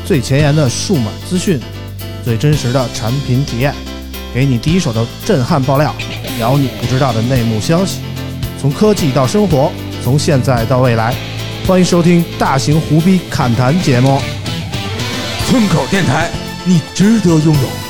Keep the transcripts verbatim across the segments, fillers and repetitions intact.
最前沿的数码资讯，最真实的产品体验，给你第一手的震撼爆料，聊你不知道的内幕消息，从科技到生活，从现在到未来。欢迎收听大型胡逼侃谈节目。 村口电台，你值得拥有。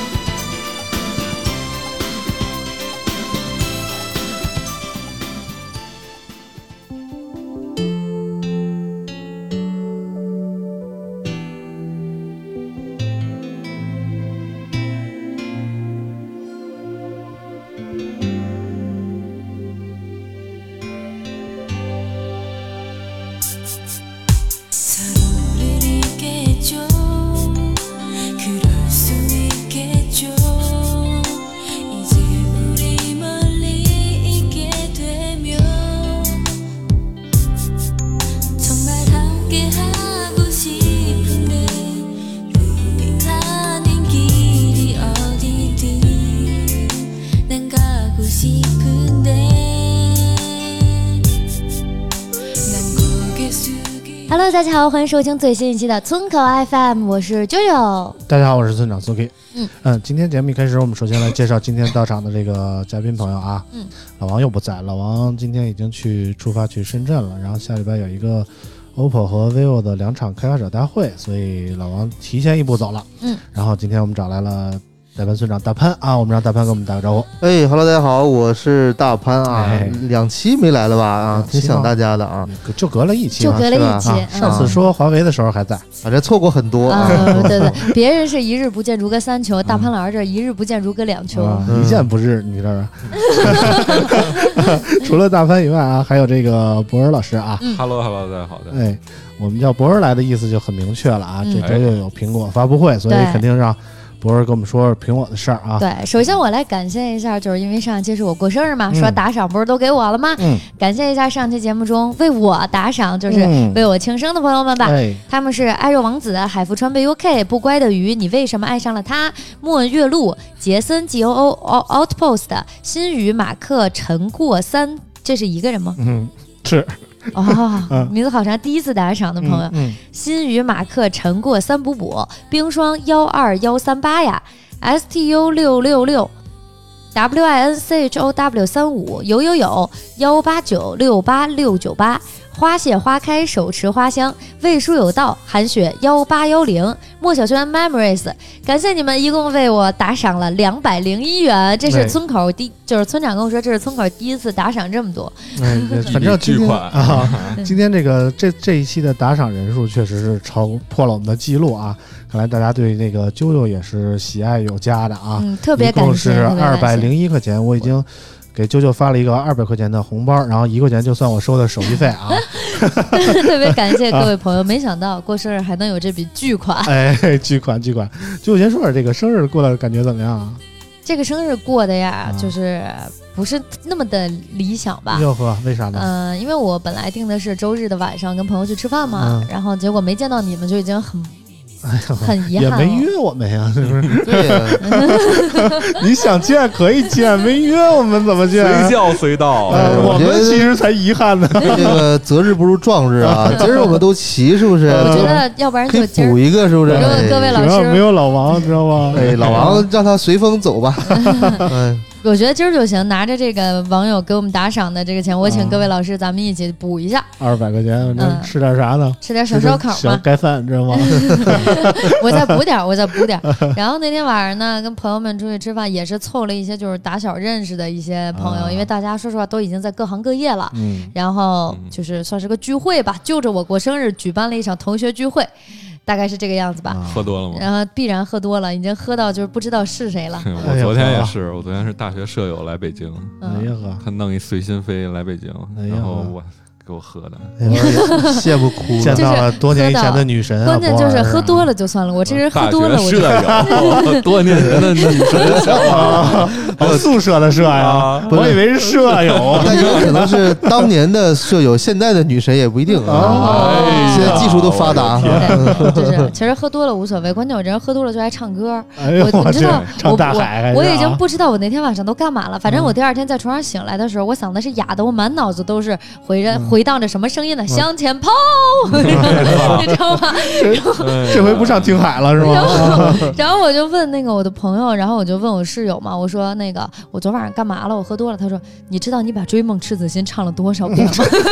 Hello， 大家好，欢迎收听最新一期的村口 F M， 我是啾啾。 大家好，我是村长苏 K。 嗯嗯，今天节目一开始，我们首先来介绍今天到场的这个嘉宾朋友啊。 嗯， 老王又不在，老王今天已经去出发去深圳了，然后下礼拜有一个 O P P O 和 vivo 的两场开发者大会，所以老王提前一步走了。 嗯， 然后今天我们找来了代班村长大潘啊，我们让大潘给我们打个招呼。 哎 ，Hello， 大家好，我是大潘啊， 哎、 两期没来了吧？啊，挺想大家的啊， 就隔了一期， 就隔了一期。 啊嗯、上次说华为的时候还在， 反正错过很多。 啊，对对，别人是一日不见如隔三秋，大潘老师这一日不见如隔两秋， 啊、一见不日，你知道吧？除了大潘以外啊，还有这个博尔老师啊。 嗯、 Hello Hello， 大家好的。 哎，我们叫博尔来的意思就很明确了啊， 嗯、 这周又有苹果发布会，所以肯定让博尔跟我们说说苹果的事儿啊。 对，首先我来感谢一下，就是因为上期是我过生日嘛，嗯、说打赏不是都给我了吗？ 嗯， 感谢一下上期节目中为我打赏，就是为我庆生的朋友们吧。 嗯、 他们是爱肉王子、海福川贝 U K、不乖的鱼、你为什么爱上了他、莫文月露、杰森 G O O Outpost、新宇马克、陈过三，这是一个人吗？ 嗯，是。 哦，名字好长，第一次打赏的朋友， 嗯嗯、 新宇马克、陈过三补补、冰霜幺二幺三八呀 ，S T U 六六六 ，W I N C H O W 三五，有有有幺八九六八六九八。花谢花开，手持花香，魏书有道，韩雪幺八幺零，莫小轩 Memories， 感谢你们一共为我打赏了两百零一元，这是村口第，就是村长跟我说这是村口第一次打赏这么多。 嗯，反正今天啊，今天这个这这一期的打赏人数确实是超破了我们的记录啊！看来大家对那个啾啾也是喜爱有加的啊， 嗯，特别感谢， 一共是二百零一块钱，我已经给啾啾发了一个二百块钱的红包，然后一块钱就算我收的手续费啊。 特别感谢各位朋友，没想到过生日还能有这笔巨款。 哎，巨款巨款！就先说说这个生日过得感觉怎么样啊？ 这个生日过的呀，啊、就是不是那么的理想吧？ 哟呵，为啥呢？ 嗯、呃，因为我本来定的是周日的晚上跟朋友去吃饭嘛，嗯、然后结果没见到你们，就已经很。 哎很遗憾、 哦，也没约我们呀，是不是？ 对呀， 你想见可以见，没约我们怎么见？ 随叫随到。 呃、我们其实才遗憾呢。 这个择日不如撞日啊！今儿我们都齐，是不是？ 我觉得要不然就可以补一个，是不是？ 各位老师没有老王，知道吗？ 哎，老王让他随风走吧。嗯。 我觉得今儿就行，拿着这个网友给我们打赏的这个钱，我请各位老师咱们一起补一下。 二百块钱，嗯，吃点啥呢？ 吃点小烧烤嘛， 小盖饭，知道吗？ 我再补点，我再补点。然后那天晚上呢，跟朋友们出去吃饭，也是凑了一些就是打小认识的一些朋友，啊、因为大家说实话都已经在各行各业了， 嗯， 然后就是算是个聚会吧，就着我过生日举办了一场同学聚会。大概是这个样子吧。 喝多了吗？ 然后必然喝多了，已经喝到就是不知道是谁了。 我昨天也是，我昨天是大学舍友来北京， 哎呀呵， 他弄一随心飞来北京，然后我给我喝的， 哎、羡慕哭了。 见到了多年以前的女神、啊， 关键就是喝多了就算了，我这人喝多了，我舍友多年前的女神啊，宿舍的舍呀、啊，我以为是舍友， 那有可能是当年的舍友，现在的女神也不一定啊。 哦、 现在技术都发达， 对，就是其实喝多了无所谓，关键我这人喝多了就爱唱歌。 哎呦， 我你知道， 唱大海我我已经不知道我那天晚上都干嘛了。反正我第二天在床上醒来的时候，我嗓子是哑的，我满脑子都是回人。 回荡着什么声音呢？ 嗯、 向前跑，你知道吗？ 这回不上听海了是吗？ 然后，然后我就问那个我的朋友，然后我就问我室友嘛，我说那个我昨晚上干嘛了？我喝多了。他说你知道你把《追梦赤子心》唱了多少遍吗？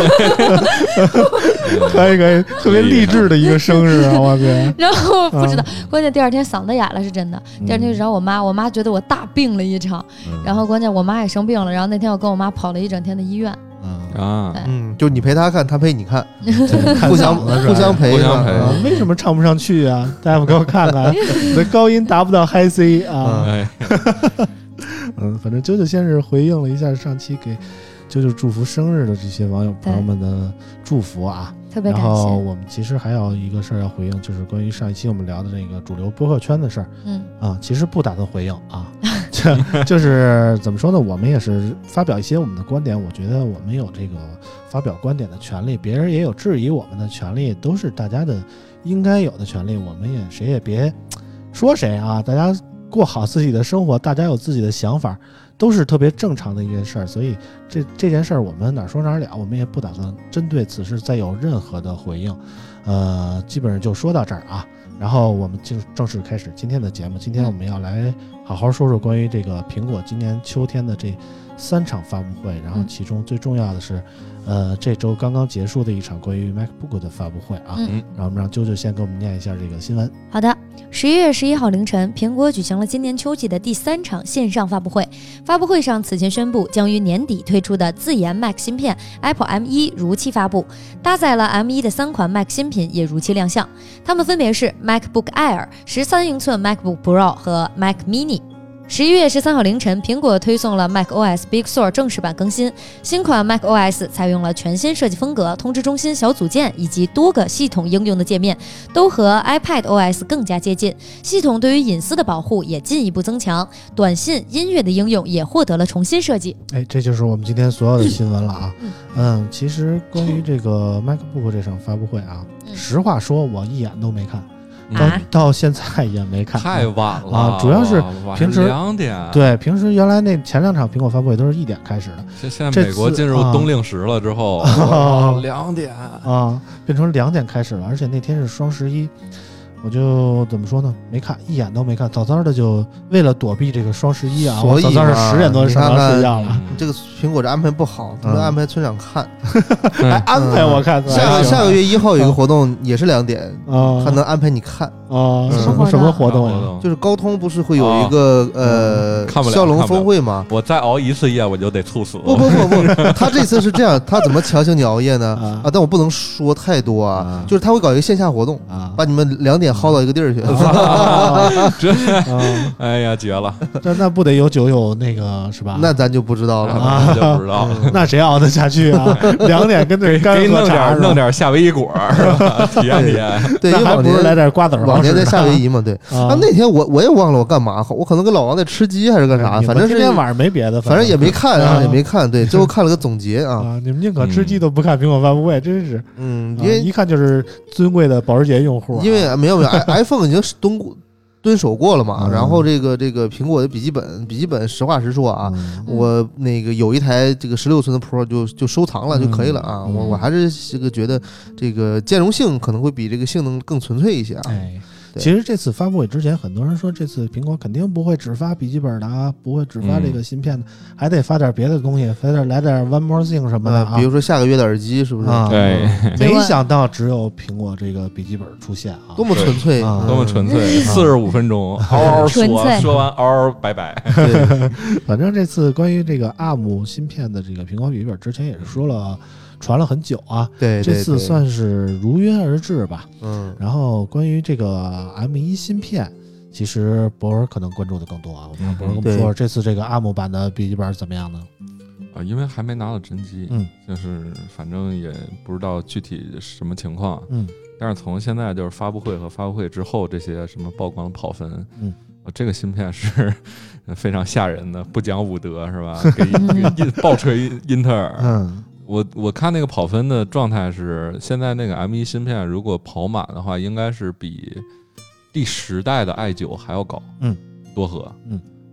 可以可以，特别励志的一个生日啊！我天。 然后不知道，关键第二天嗓子哑了是真的。第二天就找我妈，我妈觉得我大病了一场，然后关键我妈也生病了，然后那天我跟我妈跑了一整天的医院。 啊， 嗯，就你陪他看，他陪你看， 看互相互相陪， 互相陪。 为什么唱不上去啊？大夫给我看看，你的高音达不到 high C 啊。嗯，反正啾啾先是回应了一下上期给啾啾祝福生日的这些网友朋友们的祝福啊。 特别感谢。 然后我们其实还有一个事儿要回应，就是关于上一期我们聊的那个主流播客圈的事儿。 嗯啊，其实不打算回应啊，就就是怎么说呢？我们也是发表一些我们的观点，我觉得我们有这个发表观点的权利，别人也有质疑我们的权利，都是大家的应该有的权利。我们也谁也别说谁啊，大家过好自己的生活，大家有自己的想法。都是特别正常的一件事儿，所以这这件事儿我们哪说哪了，我们也不打算针对此事再有任何的回应，呃，基本上就说到这儿啊。然后我们就正式开始今天的节目。今天我们要来好好说说关于这个苹果今年秋天的这三场发布会，然后其中最重要的是，呃，这周刚刚结束的一场关于 MacBook 的发布会啊。 嗯， 然后我们让啾啾先给我们念一下这个新闻。 好的，十一月十一号凌晨，苹果举行了今年秋季的第三场线上发布会。发布会上此前宣布将于年底推出的自研 Mac 芯片 Apple M 一如期发布，搭载了 M 一的三款 Mac 新品也如期亮相，它们分别是 MacBook Air、十三英寸 MacBook Pro 和 Mac Mini。十一月十三号凌晨，苹果推送了 macOS Big Sur 正式版更新。新款 macOS 采用了全新设计风格，通知中心小组件以及多个系统应用的界面都和 iPadOS 更加接近。系统对于隐私的保护也进一步增强，短信、音乐的应用也获得了重新设计。 哎，这就是我们今天所有的新闻了啊。嗯，其实关于这个 MacBook 这场发布会啊， 嗯、 实话说，我一眼都没看。到、 啊、 到现在也没看， 太晚了啊！主要是平时两点， 对，平时原来那前两场苹果发布会都是一点开始的， 现现在美国进入冬令时了之后，两、啊、点啊，变成两点开始了，而且那天是双十一。我就怎么说呢？没看，一眼都没看，早早的就为了躲避这个双十一啊， 所以早早是十点多上床睡觉了。 这个苹果这安排不好，他们安排村长看， 还安排我看。 下个下个月一号有一个活动也是两点啊， 还能安排你看啊？什么什么活动呀？ 就是高通不是会有一个呃骁龙峰会吗？ 我再熬一次夜我就得猝死。 不不不不，他这次是这样，他怎么强行你熬夜呢？啊，但我不能说太多啊，就是他会搞一个线下活动啊，把你们两点薅到一个地儿去。 这，哎呀，绝了！ 那那不得有酒有那个是吧？ 那咱就不知道了啊，就不知道了。 那谁熬得下去啊？两点跟这干喝茶， 弄点夏威夷果是吧？体验体验。 对， 还不如来点瓜子儿。 往年在夏威夷嘛，对。啊，那天我我也忘了我干嘛，我可能跟老王在吃鸡还是干啥，反正今天晚上没别的， 反正也没看啊，也没看。对，最后看了个总结啊。 你们宁可吃鸡都不看苹果发布会，真是。 嗯，因为一看就是尊贵的保时捷用户。 因为没有没有 ，iPhone 已经蹲蹲守过了嘛。然后这个这个苹果的笔记本，笔记本实话实说啊，我那个有一台这个十六寸的 Pro 就就收藏了就可以了啊。我我还是这个觉得这个兼容性可能会比这个性能更纯粹一些啊。 哎。其实这次发布会之前，很多人说这次苹果肯定不会只发笔记本的啊，不会只发这个芯片的，嗯、还得发點别的东西，发点来点 One More Thing 什么的、啊嗯，比如说下个月的耳机是不是？ 啊、 对， 没想到只有苹果这个笔记本出现啊， 多么纯粹， 啊、 多么纯粹，四十五分钟，嗷嗷说，说完嗷嗷拜拜。 对，反正这次关于这个 A R M 芯片的这个苹果笔记本，之前也是说了。传了很久啊， 对， 这次算是如约而至吧。 嗯， 然后关于这个 M 一芯片，其实博尔可能关注的更多啊。我们让博尔跟我们说说这次这个 A R M 版的笔记本怎么样呢？ 啊，因为还没拿到真机， 嗯， 就是反正也不知道具体什么情况， 嗯， 但是从现在就是发布会和发布会之后这些什么曝光跑分， 嗯。 这个芯片是非常吓人的，不讲武德是吧？给给爆锤英特尔。 嗯， 我我看那个跑分的状态是，现在那个 M 一芯片如果跑满的话，应该是比第十代的 i 九还要高。 嗯， 多核。 嗯，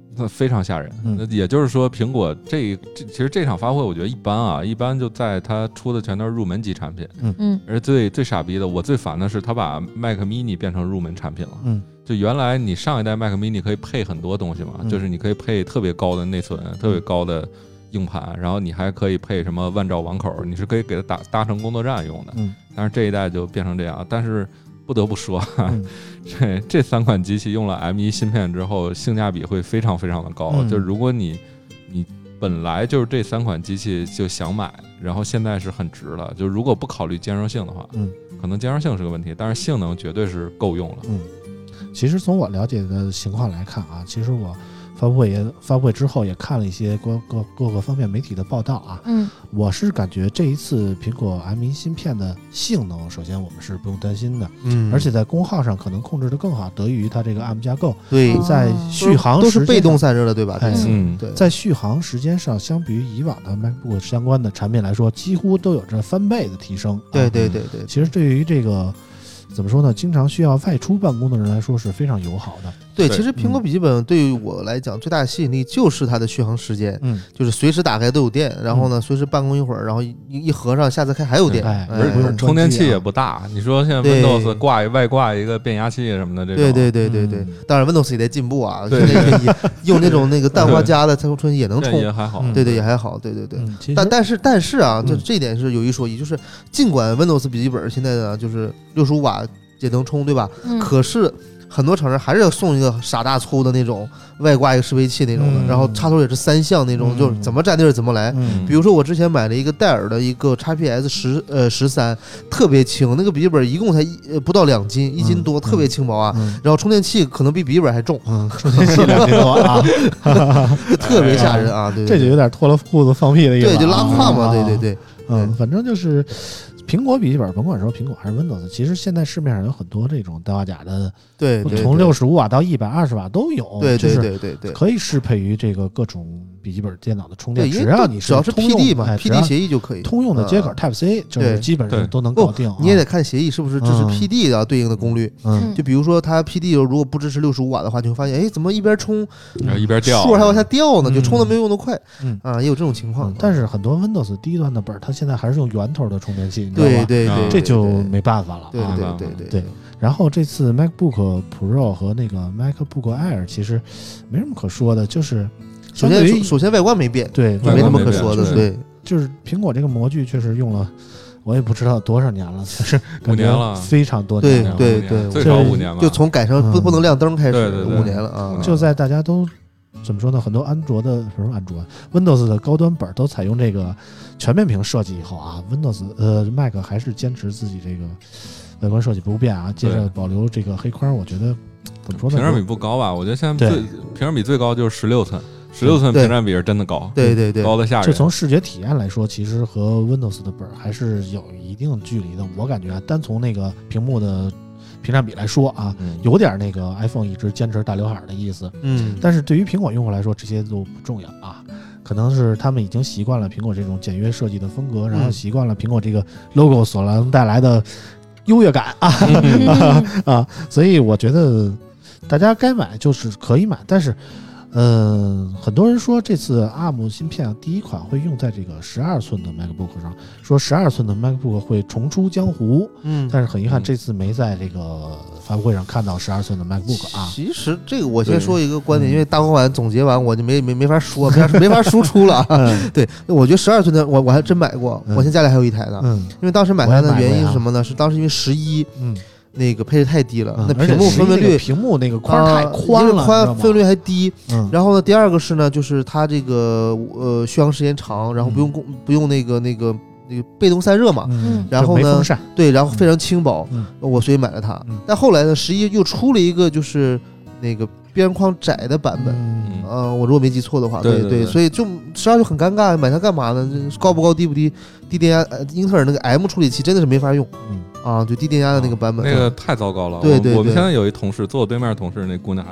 那非常吓人。 嗯那也就是说，苹果这这其实这场发布会我觉得一般啊，一般就在它出的全都是入门级产品。 嗯， 而最最傻逼的，我最烦的是它把 Mac mini 变成入门产品了。 嗯， 就原来你上一代 Mac mini 可以配很多东西嘛， 嗯就是你可以配特别高的内存、特别高的硬盘，然后你还可以配什么万兆网口，你是可以给它打搭成工作站用的。 嗯， 但是这一代就变成这样。但是不得不说， 嗯这这三款机器用了 M 一芯片之后，性价比会非常非常的高。 嗯就是如果你你本来就是这三款机器就想买，然后现在是很值了。就如果不考虑兼容性的话， 嗯， 可能兼容性是个问题，但是性能绝对是够用了。 嗯，其实从我了解的情况来看啊，其实我发布会也发布会之后也看了一些各各各个方面媒体的报道啊， 嗯， 我是感觉这一次苹果 M 一芯片的性能，首先我们是不用担心的， 嗯， 而且在功耗上可能控制的更好，得益于它这个 A R M 架构， 对哦在续航都是时间上被动散热的，对吧？ 哎这次嗯， 对， 在续航时间上，相比于以往的 MacBook 相关的产品来说，几乎都有着翻倍的提升。 对啊对对对， 其实对于这个怎么说呢，经常需要外出办公的人来说是非常友好的。 对， 对其实苹果笔记本对于我来讲最大的吸引力就是它的续航时间， 嗯， 就是随时打开都有电，然后呢，随时办公一会儿，然后一一合上，下次开还有电， 哎哎而不用充电器关机啊也不大。你说现在对 Windows 挂一外挂一个变压器什么的这种， 对对对对对嗯， 当然 Windows 也在进步啊， 对现在也用那种那个氮化镓的它充也能这充， 也还好。 嗯对对也还好，对对对。 嗯，其实但但是但是啊，就嗯这一点是有一说一，就是尽管 Windows 笔记本现在呢就是六十五瓦也能充，对吧？ 嗯可是很多厂商还是要送一个傻大粗的那种外挂一个适配器那种的， 嗯然后插头也是三项那种， 嗯就是怎么占地儿怎么来。 嗯比如说我之前买了一个戴尔的一个 X P S 十呃十三，特别轻，那个笔记本一共才一呃不到两斤，一斤多， 嗯特别轻薄啊。 嗯然后充电器可能比笔记本还重， 嗯，充电器两斤多啊， 就特别吓人啊！对，对这就有点脱了裤子放屁的意思啊， 对，就拉胯嘛，对对对。 嗯，反正就是苹果笔记本，甭管说苹果还是 Windows，其实现在市面上有很多这种氮化镓的， 对对， 从六十五瓦到一百二十瓦都有， 对对就是对对对， 可以适配于这个各种笔记本电脑的充电， 对，因为只要你只要是通 P D 用嘛，P 哎只 D 要协议就可以。 通用的接口嗯 Type C 就是对基本上对都能不搞定啊。 你也得看协议是不是支持嗯 P D 的对应的功率。 嗯就比如说它 P D 如果不支持六十五瓦的话，你会发现，哎，怎么一边充然后一边掉， 数还往下掉呢？ 嗯就充的没有用的快嗯啊，也有这种情况嗯。但是很多 Windows 低端的本儿，它现在还是用圆头的充电器，你知道吗？ 啊对对对， 这就对没办法了对啊。 对对对然后这次 MacBook Pro 和那个 MacBook Air 其实没什么可说的，就是首相对于先首首先外观没变， 对外观没什么没变可说的就。是对， 就是苹果这个模具确实用了，我也不知道多少年了，就是感觉五年了非常多对年了。 对五年对最少五年吧。 就从改成不嗯不能亮灯开始， 对对对五年了啊。 就在大家都怎么说呢？很多安卓的不是安卓，Windows 的高端本都采用这个全面屏设计以后啊，Windows 呃 Mac 还是坚持自己这个外观设计不变啊，接着对保留这个黑框，我觉得怎么说呢？ 屏占比不高吧？我觉得现在最对屏占比最高就是十六寸，十六寸对屏占比是真的高， 对对对， 高的吓人。 就从视觉体验来说，其实和 Windows 的本儿还是有一定距离的。我感觉啊，单从那个屏幕的屏占比来说啊， 嗯有点那个 iPhone 一直坚持大刘海儿的意思。 嗯， 但是对于苹果用户来说，这些都不重要啊。可能是他们已经习惯了苹果这种简约设计的风格，然后习惯了苹果这个 logo 所能带来的优越感啊、 嗯啊，所以我觉得大家该买就是可以买，但是。嗯，很多人说这次 A R M 芯片啊，第一款会用在这个十二寸的 MacBook 上，说十二寸的 MacBook 会重出江湖。 嗯， 但是很遗憾， 嗯这次没在这个发布会上看到十二寸的 MacBook 啊。 其实这个我先对说一个观点， 嗯因为大光晚总结完我就没没没法说，没法没法输出了啊。 嗯对，我觉得十二寸的我我还真买过， 嗯我现在家里还有一台呢。 嗯因为当时买它的原因我也买过呀是什么呢？是当时因为十一嗯， 那个配置太低了， 嗯那屏幕分辨率而且屏幕那个框太啊宽了， 一个宽你知道吗分辨率还低。 嗯， 然后呢，第二个是呢，就是它这个呃续航时间长，然后不用供不用那个那个那个被动散热嘛。 嗯， 然后呢就没风扇， 对，然后非常轻薄， 嗯我所以买了它嗯。 但后来呢，十一又出了一个就是那个边框窄的版本。 嗯呃，我如果没记错的话，对对对对所以就实际上就很尴尬，买它干嘛呢？这高不高，低不低？低电压，呃英特尔那个 M 处理器真的是没法用嗯啊，就低电压的那个版本。 那个太糟糕了。 对对对我我们现在有一同事坐我对面的同事，那姑娘还在用，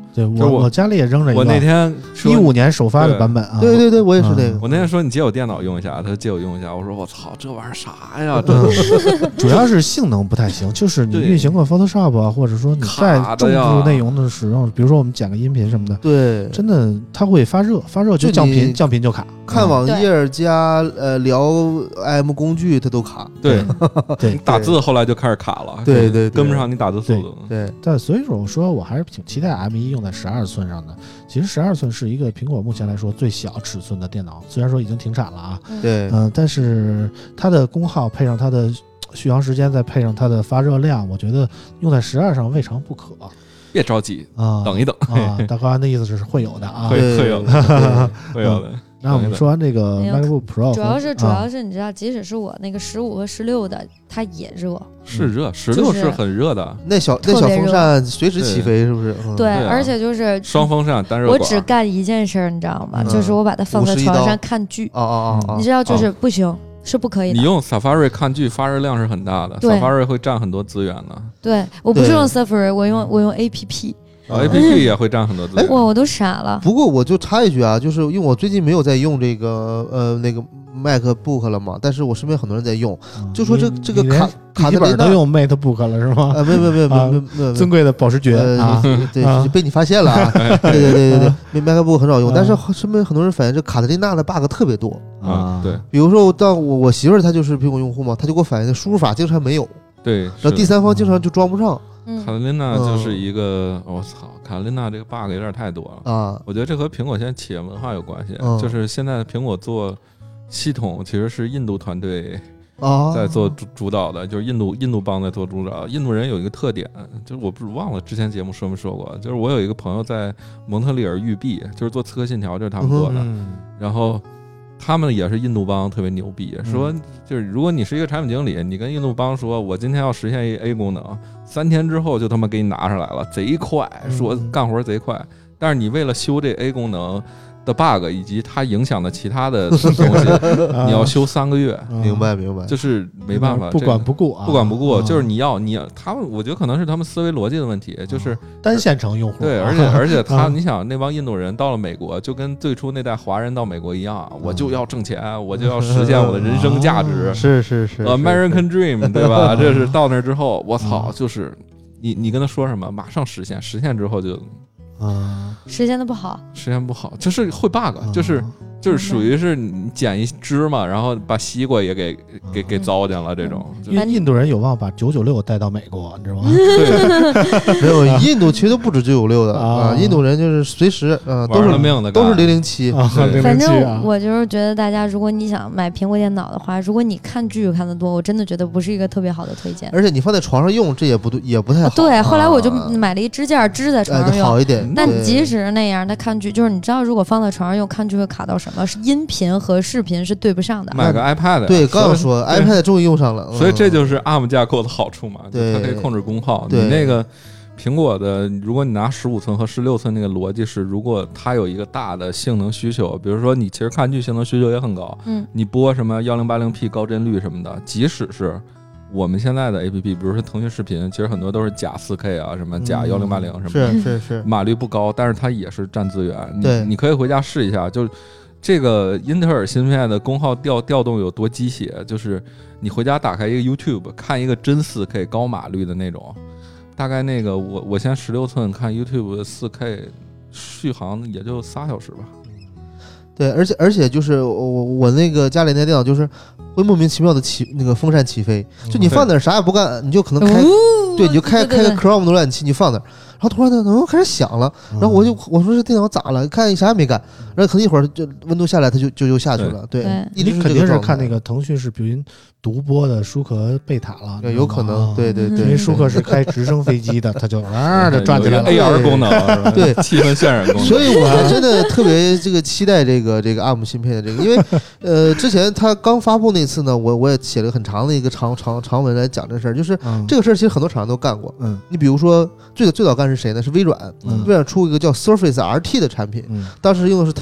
对我我我家里也扔着一个， 我那天一五年首发的版本啊， 对对对，我也是那个。 我那天说你借我电脑用一下，他说借我用一下，我说我操，这玩意儿啥呀？ 嗯、主要是性能不太行，就是你运行过 Photoshop 啊，或者说你在重度内容的使用，比如说我们剪个音频什么的， 对， 真的它会发热，发热就降频，降频就卡。 看网页加呃聊 I M 工具它都卡， 对对， 打字后来就开始卡了， 对对， 跟不上你打字速度。 对， 但所以说我说我还是挺期待 M 一 用在十二寸上的。其实十二寸是一个苹果目前来说最小尺寸的电脑，虽然说已经停产了啊， 对， 嗯、呃，但是它的功耗配上它的续航时间，再配上它的发热量，我觉得用在十二上未尝不可。 别着急啊， 等一等啊。大哥的意思是会有的啊， 会会有的，会有的。 那我们说完这个 MacBook Pro， 主要是主要是你知道，即使是我那个十五和十六的，它也热， 是热，十六是很热的。 那小那小风扇随时起飞，是不是？ 对，而且就是双风扇单热管。 我只干一件事，你知道吗？就是我把它放在床上看剧。 哦哦哦， 你知道，就是不行。是不可以的。 你用 Safari 看剧发热量是很大的 ，Safari 会占很多资源的。 对，我不是用 Safari， 我用我用 A P P。A P P 也会占很多资源。 哇，我都傻了。 不过我就插一句啊，就是因为我最近没有在用这个呃那个 MacBook 了嘛，但是我身边很多人在用， 嗯、 就说这这个卡卡特雷娜都用 MacBook 了是吗？ 啊，没有没有没有没有没有尊贵的保时捷啊， 对，被你发现了啊！对对对对对 ，MacBook 很少用，但是身边很多人反映这卡特琳娜的 bug 特别多啊。对， 比如说当我我媳妇儿她就是苹果用户嘛，她就给我反映输入法经常没有， 对， 然后第三方经常就装不上。 卡特琳娜就是一个，我操，卡特琳娜这个 bug 有点太多了啊！ 我觉得这和苹果现在企业文化有关系，就是现在苹果做系统其实是印度团队在做主主导的，就是印度印度帮在做主导。印度人有一个特点，就是我不是忘了之前节目说没说过，就是我有一个朋友在蒙特利尔育碧，就是做刺客信条，就是他们做的， 嗯、 然后。他们也是印度帮特别牛逼，说就是如果你是一个产品经理，你跟印度帮说，我今天要实现一 A 功能，三天之后就他妈给你拿上来了，贼快，说干活贼快。但是你为了修这 A 功能的 bug 以及它影响的其他的东西，你要修三个月。 明白明白， 就是没办法， 不管不顾啊， 不管不顾，就是你要你他们，我觉得可能是他们思维逻辑的问题，就是单线程用户。 对，而且而且他，你想那帮印度人到了美国，就跟最初那代华人到美国一样，我就要挣钱，我就要实现我的人生价值， 是是是 ，American Dream， 对吧？这是到那之后，我操，就是你你跟他说什么，马上实现，实现之后就。 啊， 实现的不好， 实现不好，就是会 bug，、嗯、就是就是属于是你捡一芝麻，然后把西瓜也给给给糟践了这种。 因为印度人有望把九九六带到美国，你知道吗？ 对， 没有，印度其实都不止九九六的啊，印度人就是随时呃都是命的， 都是零零七。 反正我就是觉得大家，如果你想买苹果电脑的话，如果你看剧看得多，我真的觉得不是一个特别好的推荐。 而且你放在床上用，这也不对，也不太好。 对，后来我就买了一支架支在床上用， 好一点。 但即使那样，他看剧就是你知道，如果放在床上用看剧会卡到什么？是音频和视频是对不上的。 买个 iPad， 对，刚要说 iPad 终于用上了， 所以这就是 A R M 架构的好处嘛， 对， 它可以控制功耗。你那个苹果的，如果你拿十五寸和十六寸，那个逻辑是，如果它有一个大的性能需求，比如说你其实看剧性能需求也很高， 嗯， 你播什么一零八零 P 高帧率什么的，即使是。我们现在的 A P P， 比如说腾讯视频，其实很多都是假 四 K 啊，什么假一零八零什么的， 是是是， 码率不高，但是它也是占资源。 对， 你可以回家试一下，就这个英特尔芯片的功耗调调动有多鸡血，就是你回家打开一个 YouTube 看一个真 四 K 高码率的那种，大概那个我我现在十六寸看 YouTube 四 K 续航也就仨小时吧。 对，而且而且就是我我那个家里那电脑就是会莫名其妙的起那个风扇起飞，就你放那儿啥也不干，你就可能开，对，你就开开个 Chrome 浏览器，你放那儿，然后突然呢，嗯，开始响了，然后我就我说这电脑咋了？看啥也没干，然后可能一会儿就温度下来，它就就就下去了。对，一直你肯定是看那个腾讯视频独播的舒克贝塔了， 有可能，对对对， 因为舒克是开直升飞机的，它就啊就转起来了 ，A R 功能， 对， 气氛渲染功能。 所以我还真的特别这个期待这个这个 A R M 芯片的这个，因为呃之前它刚发布那次呢，我我也写了很长的一个长长长文来讲这事儿，就是这个事儿其实很多厂商都干过， 嗯， 你比如说最最早干是谁呢？是微软，微软出一个叫 Surface R T 的产品，当时用的是台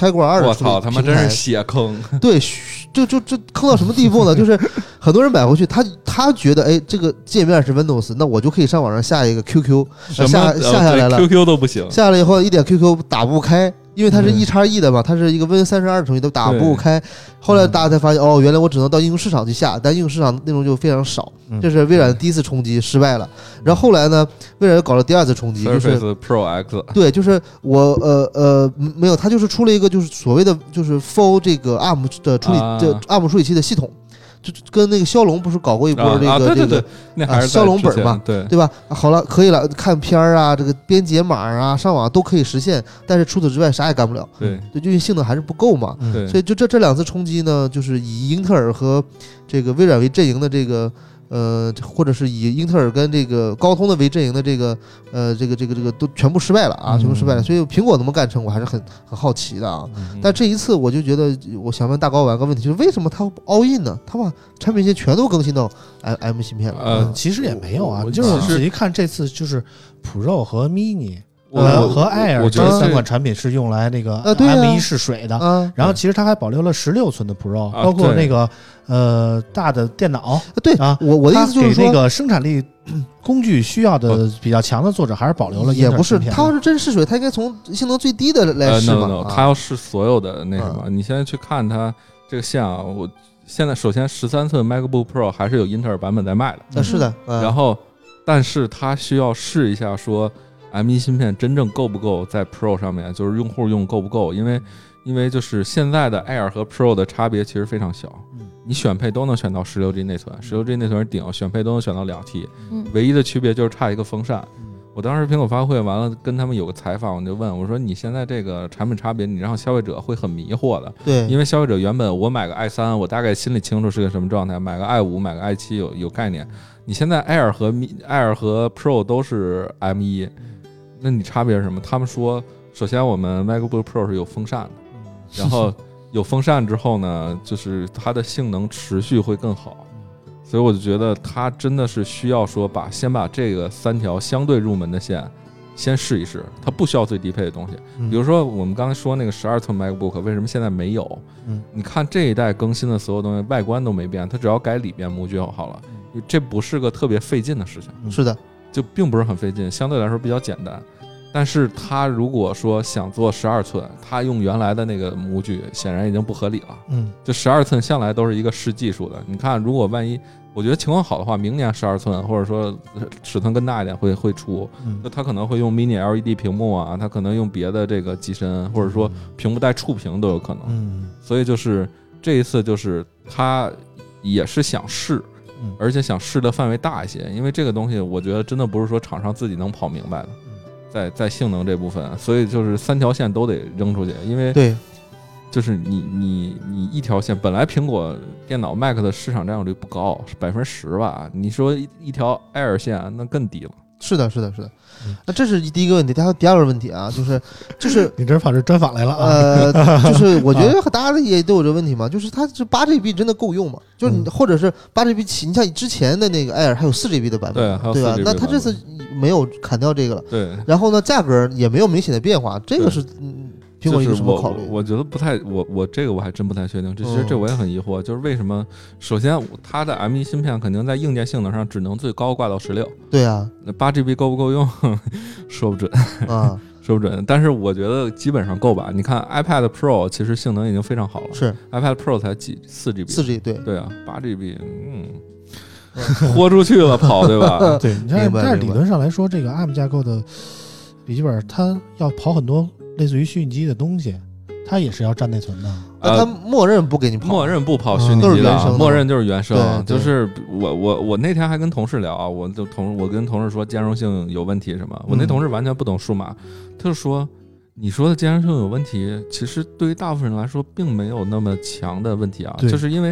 Tiger 二的， 我操，他妈真是血坑。 对，就就就坑到什么地步呢？就是很多人买回去，他他觉得哎，这个界面是 Windows， 那我就可以上网上下一个 Q Q， 下下下来了 ，Q Q 都不行， 下来以后一点 Q Q 打不开。因为它是 E X E 的嘛，它是一个 Win 三十二的程序都打不开。后来大家才发现，哦，原来我只能到应用市场去下，但应用市场内容就非常少。这是微软第一次冲击失败了。然后后来呢，微软又搞了第二次冲击，就是 Pro X。 对，就是我呃呃没有，它就是出了一个就是所谓的就是 Full 这个 A R M 的处理的 A R M 处理器的系统。就跟那个骁龙不是搞过一波这个、 啊啊、对对对， 这个那还是骁龙本嘛， 对对吧？好了，可以了，看片儿啊，这个编解码啊，上网都可以实现，但是除此之外啥也干不了。 对， 就因为性能还是不够嘛。 对， 所以就这这两次冲击呢，就是以英特尔和这个微软为阵营的这个。呃，或者是以英特尔跟这个高通的为阵营的这个，呃，这个这个这个都全部失败了啊，全部失败了。所以苹果能不能干成，我还是很很好奇的啊。但这一次我就觉得，我想问大高玩个问题，就是为什么它 all in 呢？它把产品线全都更新到 M 芯片了？ 呃，其实也没有啊，就是我仔细看这次就是 Pro 和 Mini。 呃， 和 Air 这三款产品是用来那个 M 一试水的， 啊、 然后其实它还保留了十六寸的 Pro，、 啊、 包括那个呃大的电脑。 对啊， 我我的意思就是说， 给那个生产力工具需要的比较强的作者还是保留了。 也不是，它要是真试水，它应该从性能最低的来试嘛。 呃、no, no, 它要试所有的那什么，啊、你现在去看它这个线啊，我现在首先十三寸 MacBook Pro 还是有英特尔版本在卖的。 嗯、是的、 嗯，然后但是它需要试一下说。M 一芯片真正够不够在 Pro 上面，就是用户用够不够？因为，因为就是现在的 Air 和 Pro 的差别其实非常小，你选配都能选到十六 G 内存，十六 G 内存是顶，选配都能选到两 T，唯一的区别就是差一个风扇。我当时苹果发布会完了，跟他们有个采访，我就问我说：“你现在这个产品差别，你让消费者会很迷惑的。” 对， 因为消费者原本我买个 i 三，我大概心里清楚是个什么状态；买个 i 五，买个 i 七有有概念。你现在 Air 和 Air 和 Pro 都是 M 一。那你差别是什么？他们说，首先我们 MacBook Pro 是有风扇的，然后有风扇之后呢，就是它的性能持续会更好，所以我就觉得它真的是需要说把先把这个三条相对入门的线先试一试，它不需要最低配的东西。比如说我们刚才说那个十二寸 MacBook 为什么现在没有？你看这一代更新的所有东西，外观都没变，它只要改里边模具就好了，这不是个特别费劲的事情。 是的。 就并不是很费劲，相对来说比较简单。但是他如果说想做十二寸，他用原来的那个模具，显然已经不合理了。 嗯， 就十二寸向来都是一个试技术的。你看，如果万一我觉得情况好的话，明年十二寸或者说尺寸更大一点会会出，那他可能会用 Mini L E D 屏幕啊，他可能用别的这个机身，或者说屏幕带触屏都有可能。 嗯， 所以就是这一次就是他也是想试。而且想试的范围大一些，因为这个东西我觉得真的不是说厂商自己能跑明白的，在在性能这部分，所以就是三条线都得扔出去，因为对， 就是你你你一条线，本来苹果电脑 Mac 的市场占有率不高，是百分之十吧，你说一一条 Air 线那更低了。 是的，是的，是的。那这是第一个问题，还有第二个问题啊，就是就是你这跑这专访来了啊？ 呃，就是我觉得大家也都有这问题嘛，就是它这八 G B 真的够用吗？就是你或者是八 G B 起，你像之前的那个 Air 还有四 G B 的版本， 对， 对吧？那它这次没有砍掉这个了， 对。 然后呢，价格也没有明显的变化，这个是嗯。苹果有什么考虑？ 就是、我, 我觉得不太，我我这个我还真不太确定。这其实这我也很疑惑，嗯、就是为什么？首先，它的 M 一芯片肯定在硬件性能上只能最高挂到十六。 对啊， 那八 G B 够不够用？说不准啊， 说不准。但是我觉得基本上够吧。你看 iPad Pro 其实性能已经非常好了， 是 iPad Pro 才几四 G B， 四 G 对对啊，八 G B 嗯，豁出去了跑对吧？ 对，你看，但是理论上来说，这个 A R M 架构的笔记本它要跑很多。类似于虚拟机的东西，它也是要占内存的。 那它默认不给你跑， 默认不跑虚拟机的， 嗯、 默认就是原生。 对对就是我我我那天还跟同事聊啊，我就同我跟同事说兼容性有问题什么，我那同事完全不懂数码，嗯、他就说你说的兼容性有问题，其实对于大部分人来说并没有那么强的问题啊，就是因为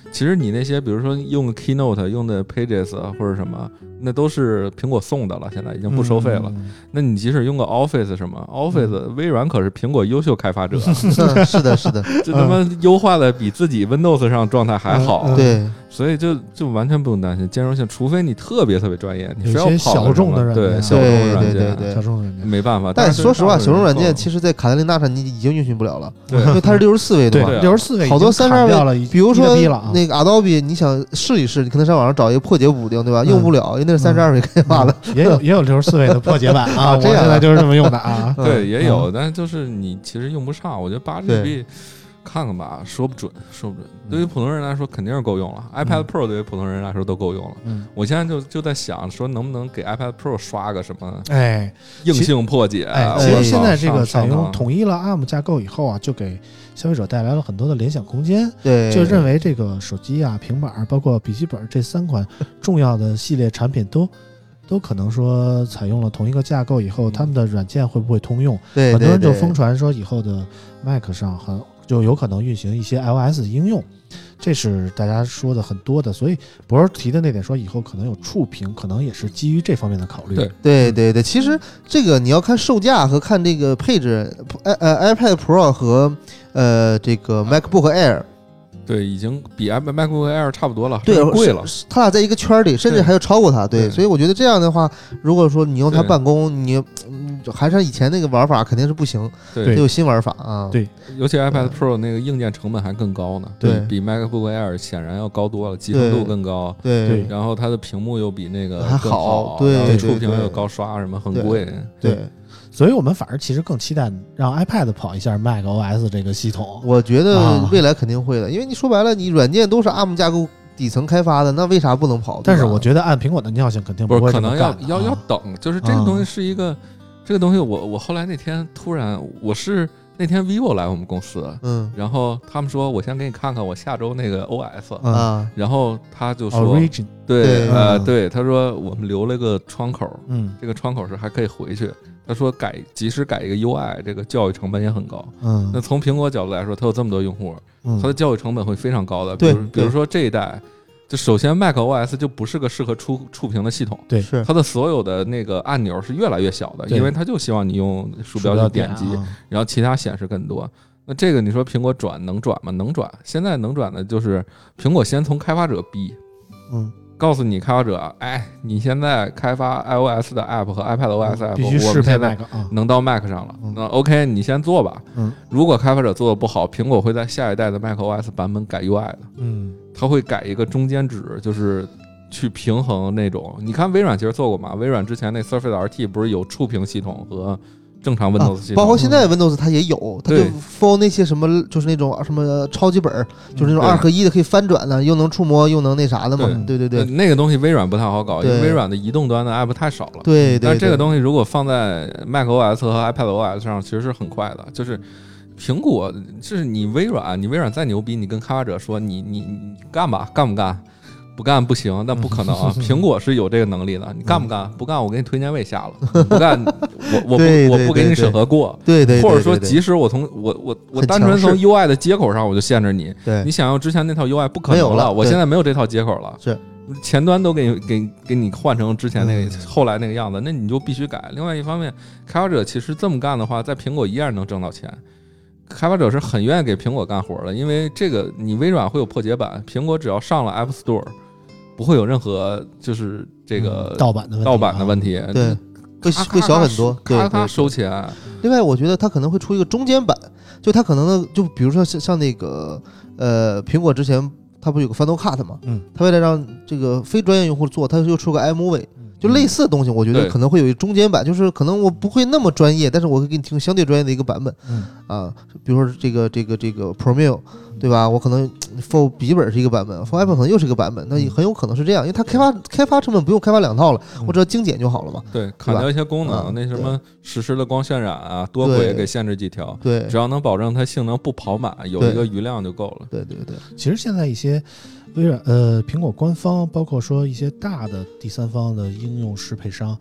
其实你那些比如说用个 Keynote 用的 Pages 或者什么，那都是苹果送的了，现在已经不收费了。 嗯、 那你即使用个 Office 什么 Office，、嗯、微软可是苹果优秀开发者， 是的，是的， 这他妈优化的比自己 Windows 上状态还好。 嗯嗯、 对。 所以就就完全不用担心兼容性，除非你特别特别专业，你非要跑小众的软件， 对小众软件， 对对对， 小众软件没办法。 但说实话，小众软件其其实在卡特琳娜上你已经运行不了了， 对， 因为它是六十四位的嘛， 六十四位好多三十二位，比如说那个 Adobe， 你想试一试，你可能上网上找一个破解补丁，对吧？用不了，因为那是三十二位开发的， 也有也有六十四位的破解版啊，我现在就是这么用的啊。 对，也有，但是就是你其实用不上，我觉得八 G B。看看吧，说不准，说不准。对于普通人来说，肯定是够用了。嗯、iPad Pro 对于普通人来说都够用了。嗯，我现在就就在想，说能不能给 iPad Pro 刷个什么？ 哎， 硬性破解。 哎，其实现在这个采用统一了 A R M 架构以后啊，就给消费者带来了很多的联想空间。 对， 就认为这个手机啊、平板，包括笔记本这三款重要的系列产品都。都可能说采用了同一个架构以后，他们的软件会不会通用？ 对， 很多人就疯传说以后的 Mac 上很就有可能运行一些 iOS 应用，这是大家说的很多的。所以博尔提的那点说以后可能有触屏，可能也是基于这方面的考虑。 对对对对，其实这个你要看售价和看这个配置，呃 iPad Pro 和呃这个 MacBook Air。 对，已经比 MacBook Air 差不多了， 对， 贵了。 它俩在一个圈里，甚至还要超过它。对，对所以我觉得这样的话，如果说你用它办公，你嗯还是以前那个玩法肯定是不行， 对， 得有新玩法啊。 对， 尤其 iPad Pro 那个硬件成本还更高呢， 对， 比 MacBook Air 显然要高多了，集成度更高， 对， 对然后它的屏幕又比那个还好， 对， 触屏又高刷，什么很贵， 对。对所以我们反而其实更期待让 iPad 跑一下 macOS 这个系统。 我觉得未来肯定会的，啊、因为你说白了，你软件都是 A R M 架构底层开发的，那为啥不能跑？ 但是我觉得按苹果的尿性肯定不会可能要要要啊等，就是这个东西是一个、啊、这个东西我我后来那天突然我是那天 vivo 来我们公司， 嗯， 然后他们说我先给你看看我下周那个 O S 啊， 然后他就说 Origin 对对呃对，他说我们留了个窗口， 嗯， 这个窗口是还可以回去。他说改即使改一个 U I， 这个教育成本也很高。 嗯， 那从苹果角度来说，它有这么多用户， 嗯、 它的教育成本会非常高的。 对， 比如比如说这一代，就首先 macOS 就不是个适合触触屏的系统。 对， 是它的所有的那个按钮是越来越小的，因为它就希望你用鼠标去点击， 啊、 然后其他显示更多。那这个你说苹果转能转吗？能转。现在能转的就是苹果先从开发者逼， 嗯。 告诉你开发者，哎，你现在开发 iOS 的 app 和 iPadOS app，、嗯、 必须适配 Mac 啊， 能到 Mac 上了。嗯、那 OK， 你先做吧。 嗯， 如果开发者做的不好，苹果会在下一代的 macOS 版本改 U I 的。 嗯， 它会改一个中间值，就是去平衡那种。你看微软其实做过嘛？微软之前那 Surface R T 不是有触屏系统和正常 Windows 系统、 啊，包括现在 Windows 它也有，它就 for 那些什么，就是那种什么超级本，就是那种二合一的，可以翻转的，又能触摸又能那啥的嘛。对对对， 那个东西微软不太好搞，因为微软的移动端的 app 太少了。 对对， 但是这个东西如果放在 macOS 和 iPadOS 上，其实是很快的。就是苹果，就是你微软，你微软再牛逼，你跟开发者说你你你干吧，干不干？不干不行，那不可能啊！苹果是有这个能力的，你干不干？不干，我给你推荐位下了。不干，我我不我不给你审核过。 对对， 或者说，即使我从我我我单纯从 U I 的接口上我就限制你，你想要之前那套 U I 不可能了， 我现在没有这套接口了。 是前端都给你给给你换成之前那个后来那个样子，那你就必须改。另外一方面，开发者其实这么干的话，在苹果依然能挣到钱。开发者是很愿意给苹果干活的，因为这个你微软会有破解版，苹果只要上了 App Store。不会有任何就是这个盗版的问题， 盗版的问题， 对，会会小很多， 咔咔收钱。 另外，我觉得它可能会出一个中间版，就它可能呢，就比如说像像那个呃，苹果之前它不是有个 Final Cut 嘛， 嗯， 它为了让这个非专业用户做，它又出个 iMovie。就类似的东西，我觉得可能会有一中间版，就是可能我不会那么专业，但是我会给你提供相对专业的一个版本， 嗯啊，比如说这个这个这个 Premiere， 对吧？我可能 for 笔记本是一个版本 ，for iPad 可能又是一个版本，那很有可能是这样，因为它开发开发成本不用开发两套了，我只要精简就好了嘛。 对，砍掉一些功能，那什么实时的光渲染啊，多轨给限制几条， 对， 只要能保证它性能不跑满，有一个余量就够了。 对对对， 其实现在一些。微软呃，苹果官方包括说一些大的第三方的应用适配商，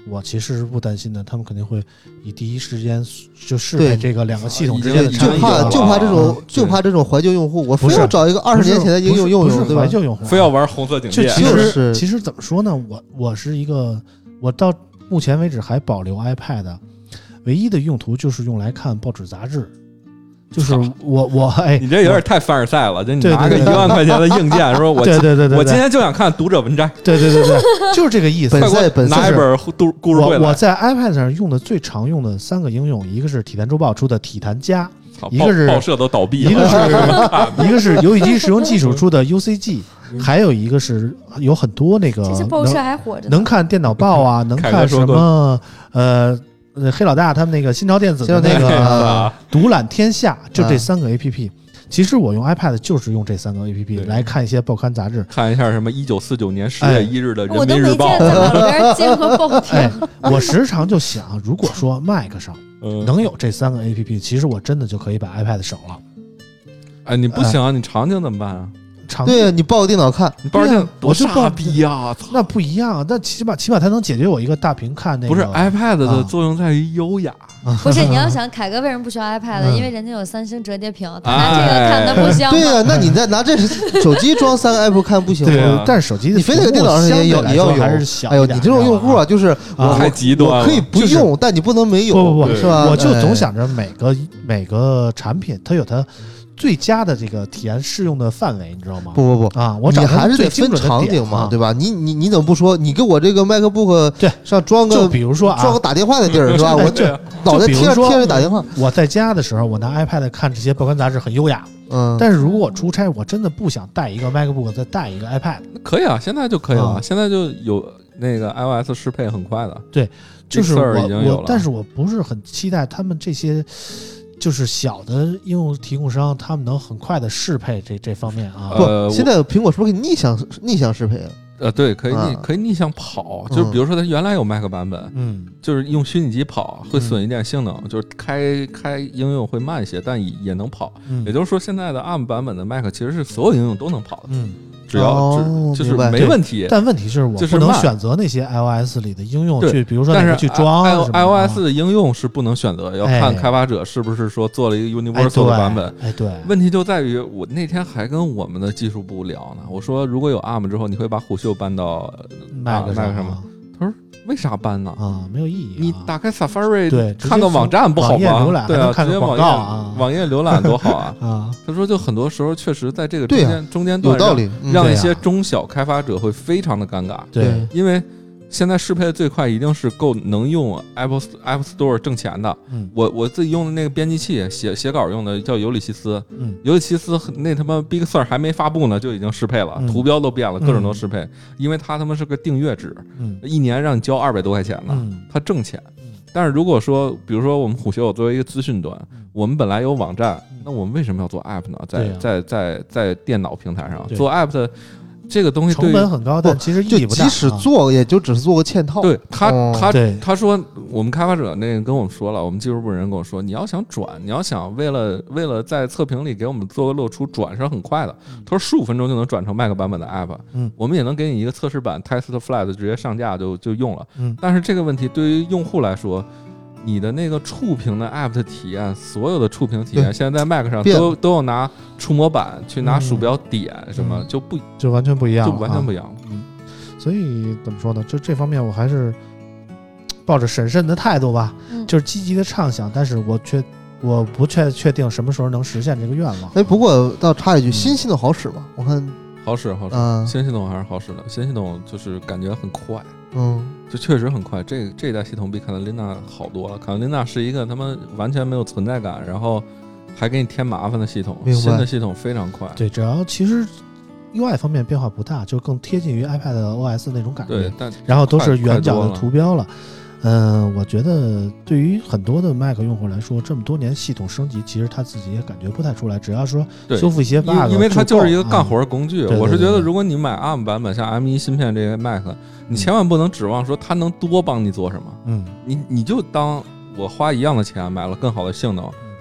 我其实是不担心的，他们肯定会以第一时间就适配这个两个系统之间的差异。 就怕就怕这种就怕这种怀旧用户，我非要找一个二十年前的应用用用，对吧？ 怀旧用户非要玩红色警戒。 其实其实怎么说呢？我我是一个，我到目前为止还保留 iPad， 唯一的用途就是用来看报纸杂志。就是我我哎， 你这有点太凡尔赛了，就你拿个一万块钱的硬件，说我对对对对， 我今天就想看读者文摘， 对对对对，就是这个意思。 本色本色拿一本故故事会。 我我在 iPad 上用的最常用的三个应用，一个是体坛周报出的体坛加，一个是报社都倒闭了， 一个是一个是游戏机使用技术出的 U C G， 还有一个是有很多那个这些报社还活着， 能看电脑报啊，能看什么呃。呃，黑老大他们那个新潮电子的那个独揽天下，就这三个 A P P。其实我用 iPad 就是用这三个 A P P 来看一些报刊杂志， 看一下什么一九四九年十月一日的人民日报。 我都没见在哪边见过报亭。 哎，我时常就想，如果说 Mac 上能有这三个 A P P， 其实我真的就可以把 iPad 省了。 哎，你不行啊，你场景怎么办啊？ 对呀，你抱个电脑看， 你抱着电脑多傻逼呀！ 那不一样，那起码起码它能解决我一个大屏看那个。 不是 iPad 的作用在于优雅。 不是，你要想凯哥为什么不需要 iPad？、嗯、因为人家有三星折叠屏，他拿这个看的不香。 对呀、啊，那你再拿这手机装三个 app 看不行吗？ 对、啊，但是手机你非得电脑上也要也要有， 还是小。 哎呦，你这种用户啊，就是我太极端了， 我可以不用， 就是、 但你不能没有， 不不不， 是吧？ 我就总想着每个、哎、每个产品它有它。最佳的这个体验适用的范围，你知道吗？ 不不不啊，我你还是得分场景嘛， 啊、 对吧？你你你怎么不说？你给我这个 MacBook 对上装个， 就比如说啊， 装个打电话的地儿是吧？我就脑袋贴着贴着打电话。 我在家的时候，我拿 iPad 看这些报刊杂志很优雅。 嗯， 但是如果我出差，我真的不想带一个 MacBook 再带一个 iPad。 可以啊，现在就可以了，嗯、现在就有那个 iOS 适配很快的。 对，就是我已经有了， 我但是我不是很期待他们这些。就是小的应用提供商，他们能很快的适配这这方面啊。 不，现在苹果是不是可以逆向逆向适配啊？ 呃，对，可以逆、啊、可以逆向跑，就是比如说它原来有 Mac 版本， 嗯， 就是用虚拟机跑会损一点性能，嗯、就是开开应用会慢一些，但也也能跑。 嗯、 也就是说，现在的 A R M 版本的 Mac 其实是所有应用都能跑的。 嗯。 只要、 哦、 就是没问题， 但问题是我不能选择那些 iOS 里的应用去，比如说哪个去装。 iOS 的应用是不能选择，要看开发者是不是说做了一个 Universal 的版本。 哎，对。 问题就在于，我那天还跟我们的技术部聊呢，我说如果有 A R M 之后，你会把虎嗅搬到 Mac 上吗？他说。为啥搬呢？ 啊，没有意义、啊。 你打开 Safari 对看个网站不好吗？对啊， 直接网页啊， 网页浏览多好啊！ 啊， 他说就很多时候确实在这个中间、啊、中间段有道理， 让一些中小开发者会非常的尴尬。 对， 因为现在适配的最快一定是够能用 Apple App Store 挣钱的。 嗯， 我我自己用的那个编辑器写写稿用的叫尤里西斯。 嗯， 尤里西斯那他妈 Big Sur 还没发布呢，就已经适配了， 嗯、 图标都变了，各种都适配。嗯、因为它他妈是个订阅制， 嗯， 一年让你交二百多块钱呢， 嗯、 它挣钱。但是如果说，比如说我们虎嗅作为一个资讯端， 嗯、 我们本来有网站，那我们为什么要做 App 呢？在、 啊、 在在在电脑平台上做 App 的。这个东西成本很高，但其实意义不大。 即使做，也就只是做个嵌套。 对他，他对他说，我们开发者那个跟我们说了，我们技术部人跟我说，你要想转，你要想为了为了在测评里给我们做个露出，转是很快的。他说十五分钟就能转成 Mac 版本的 App， 嗯， 我们也能给你一个测试版 Test Flight 直接上架就就用了。 嗯， 但是这个问题对于用户来说。你的那个触屏的 App 的体验，所有的触屏体验，现在在 Mac 上都都有拿触摸板去拿鼠标点什么， 嗯、 就不就完全不一样， 就完全不一样了。 嗯，所以怎么说呢？就这方面，我还是抱着审慎的态度吧， 嗯、 就是积极的畅想，但是我却我不确确定什么时候能实现这个愿望。 哎，不过倒插一句，新系统好使吗？我看好使，好使， 嗯、 新系统还是好使的。新系统就是感觉很快。 嗯， 就确实很快，这这一代系统比卡特琳娜好多了。卡特琳娜是一个他们完全没有存在感，然后还给你添麻烦的系统。新的系统非常快。 对，只要其实 U I 方面变化不大，就更贴近于 iPad O S 那种感觉。 对，但然后都是圆角的图标了。嗯、呃，我觉得对于很多的 Mac 用户来说，这么多年系统升级，其实他自己也感觉不太出来。只要说修复一些 bug， 因为它就是一个干活工具。 嗯、 我是觉得，如果你买 A R M 版本，像 M 一 芯片这个 Mac， 你千万不能指望说它能多帮你做什么。 嗯， 你你就当我花一样的钱买了更好的性能，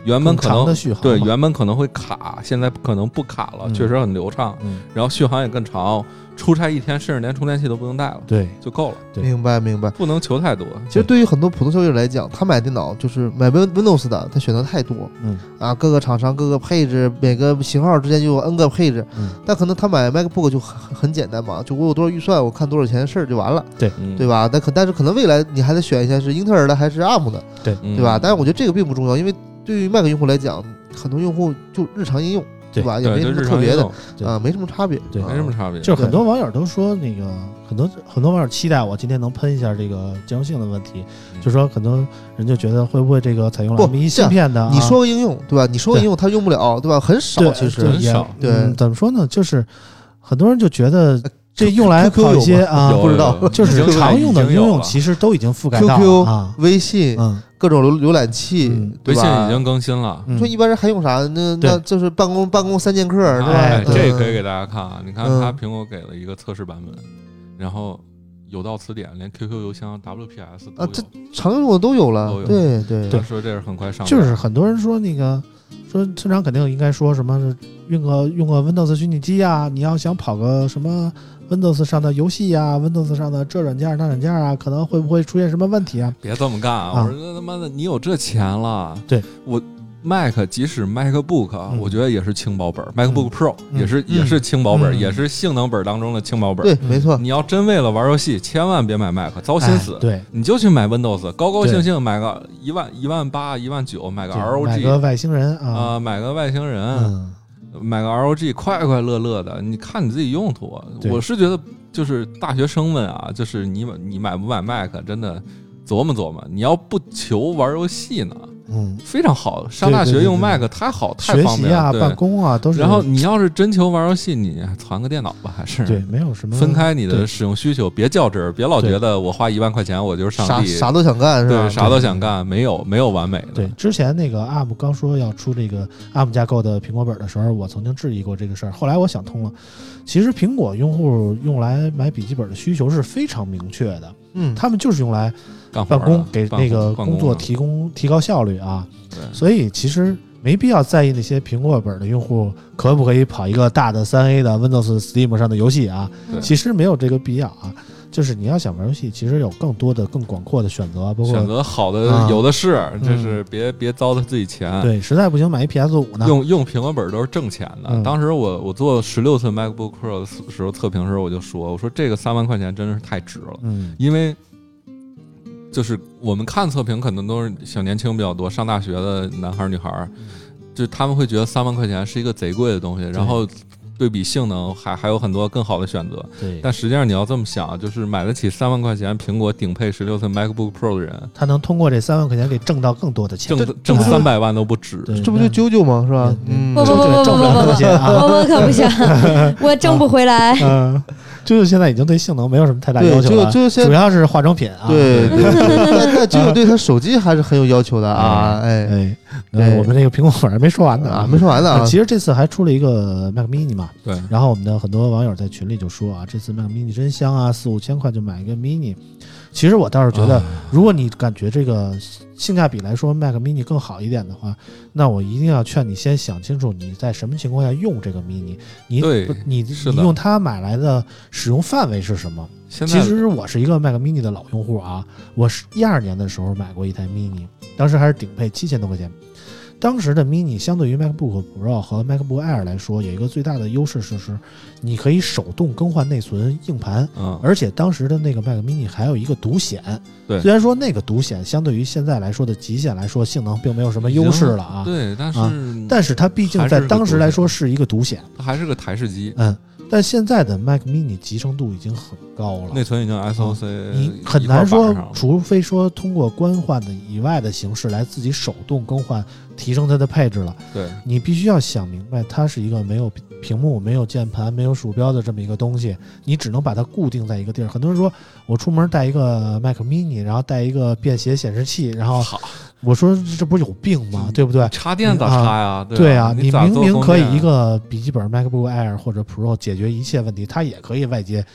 原本可能的续航对原本可能会卡，现在可能不卡了， 嗯、 确实很流畅、嗯，然后续航也更长，出差一天甚至连充电器都不用带了， 对， 就够了。 对，明白明白， 不能求太多。 其实对于很多普通消费者来讲，他买电脑就是买 Windows 的，他选择太多， 嗯啊，各个厂商各个配置，每个型号之间就有 N 个配置， 嗯， 但可能他买 MacBook 就很很简单嘛，就我有多少预算，我看多少钱的事儿就完了， 对， 嗯、 对吧？但可但是可能未来你还得选一下是英特尔的还是 A R M 的， 对， 对吧？但是我觉得这个并不重要，因为对于 Mac 用户来讲，很多用户就日常应用。对吧？也没什么特别的啊，没什么差别， 对， 没什么差别。 就是很多网友都说，那个很多很多网友期待我今天能喷一下这个兼容性的问题， 嗯、 就说很多人就觉得会不会这个采用了 M 一芯片的、啊？ 你说个应用对吧？你说个应用它用不了对吧？很少，其实很少。 对、 嗯，怎么说呢？就是很多人就觉得。这用来跑一些啊， 不知道， 就是常用的应用，其实都已经覆盖到了 Q Q、 啊、 微信、 嗯、 各种浏浏览器、 嗯， 微信已经更新了。 你说一般人还用啥？那那就是办公办公三剑客，是吧？ 哎，这可以给大家看啊！你看，它苹果给了一个测试版本，然后有道词典，连 Q Q 邮箱、W P S 啊，这常用的都有了。对对对，说这是很快上。 就是很多人说那个。说村长肯定应该说什么用个用个 Windows 虚拟机啊，你要想跑个什么 Windows 上的游戏啊 Windows 上的这软件那软件啊，可能会不会出现什么问题啊？ 别这么干啊！我说他妈的，你有这钱了， 对我 Mac 即使 MacBook，、嗯、我觉得也是轻薄本、嗯、，MacBook Pro、嗯、也是、嗯、也是轻薄本、嗯，也是性能本当中的轻薄本。 对，没错。 你要真为了玩游戏，千万别买 Mac， 糟心死。 哎、对， 你就去买 Windows， 高高兴兴买个一万一万八一万九，买个 R O G， 买个外星人啊、 呃，买个外星人。 嗯买个 R O G 快快乐乐的，你看你自己用途。我是觉得，就是大学生们啊，就是你你买不买 Mac， 真的琢磨琢磨。你要不求玩游戏呢， 嗯， 非常好。上大学用 Mac 太好，太方便了， 学习啊、办公啊都是。 然后你要是真求玩游戏，你攒个电脑吧，还是对，没有什么分开你的使用需求，别较真儿，别老觉得我花一万块钱我就是上帝， 啥啥都想干是吧？ 对，啥都想干，没有没有完美的。 对，之前那个 A R M 刚说要出这个 A R M 架构的苹果本的时候，我曾经质疑过这个事儿，后来我想通了，其实苹果用户用来买笔记本的需求是非常明确的， 嗯， 他们就是用来办公，给那个工作提供提高效率啊。所以其实没必要在意那些苹果本的用户可不可以跑一个大的三 A 的 Windows Steam 上的游戏啊，其实没有这个必要啊。就是你要想玩游戏，其实有更多的更广阔的选择，包括选择好的、啊、有的是，就是别、嗯、别糟蹋自己钱。 对，实在不行买一 P S 五 呢。 用用苹果本都是挣钱的。 嗯、 当时我我做十六寸 MacBook Pro 的时候测评的时候，我就说，我说这个三万块钱真的是太值了， 嗯， 因为。就是我们看测评可能都是小年轻比较多，上大学的男孩女孩，就他们会觉得三万块钱是一个贼贵的东西，然后对比性能还还有很多更好的选择。 对， 但实际上你要这么想，就是买得起三万块钱苹果顶配十六寸 MacBook Pro 的人， 他能通过这三万块钱给挣到更多的钱， 挣挣三百万都不止。 这不就啾啾吗？是吧？ 嗯，不不不不不不不，我可不想，我挣不回来。 嗯。啾啾现在已经对性能没有什么太大要求了， 就主要是化妆品啊。 对，那那啾啾对他手机还是很有要求的啊。哎哎，哎我们这个苹果粉还没说完呢啊，没说完呢啊。 其实这次还出了一个 Mac Mini 嘛， 对。 然后我们的很多网友在群里就说啊，这次 Mac Mini 真香啊，四五千块就买一个 Mini。其实我倒是觉得，如果你感觉这个性价比来说 Mac Mini 更好一点的话，那我一定要劝你先想清楚你在什么情况下用这个 Mini， 你你你用它买来的使用范围是什么？其实我是一个 Mac Mini 的老用户啊，我是一二年的时候买过一台 Mini， 当时还是顶配七千多块钱。当时的 Mini 相对于 MacBook Pro 和 MacBook Air 来说，有一个最大的优势是，是你可以手动更换内存硬盘， 嗯， 而且当时的那个 Mac Mini 还有一个独显， 对， 虽然说那个独显相对于现在来说的极显来说，性能并没有什么优势了啊， 对，但是、 啊、但是它毕竟在当时来说是一个独显， 它还是个台式机， 嗯。但现在的 Mac Mini 集成度已经很高了， 内存已经 S O C，、 嗯、你很难说，除非说通过官换的以外的形式来自己手动更换，提升它的配置了。 对， 你必须要想明白，它是一个没有屏幕、没有键盘、没有鼠标的这么一个东西，你只能把它固定在一个地儿。很多人说我出门带一个 Mac Mini， 然后带一个便携显示器，然后我说这不是有病吗？对不对？ 插电咋插呀？ 啊对, 对啊， 你明明可以一个笔记本 MacBook Air 或者 Pro 解决一切问题，它也可以外接，比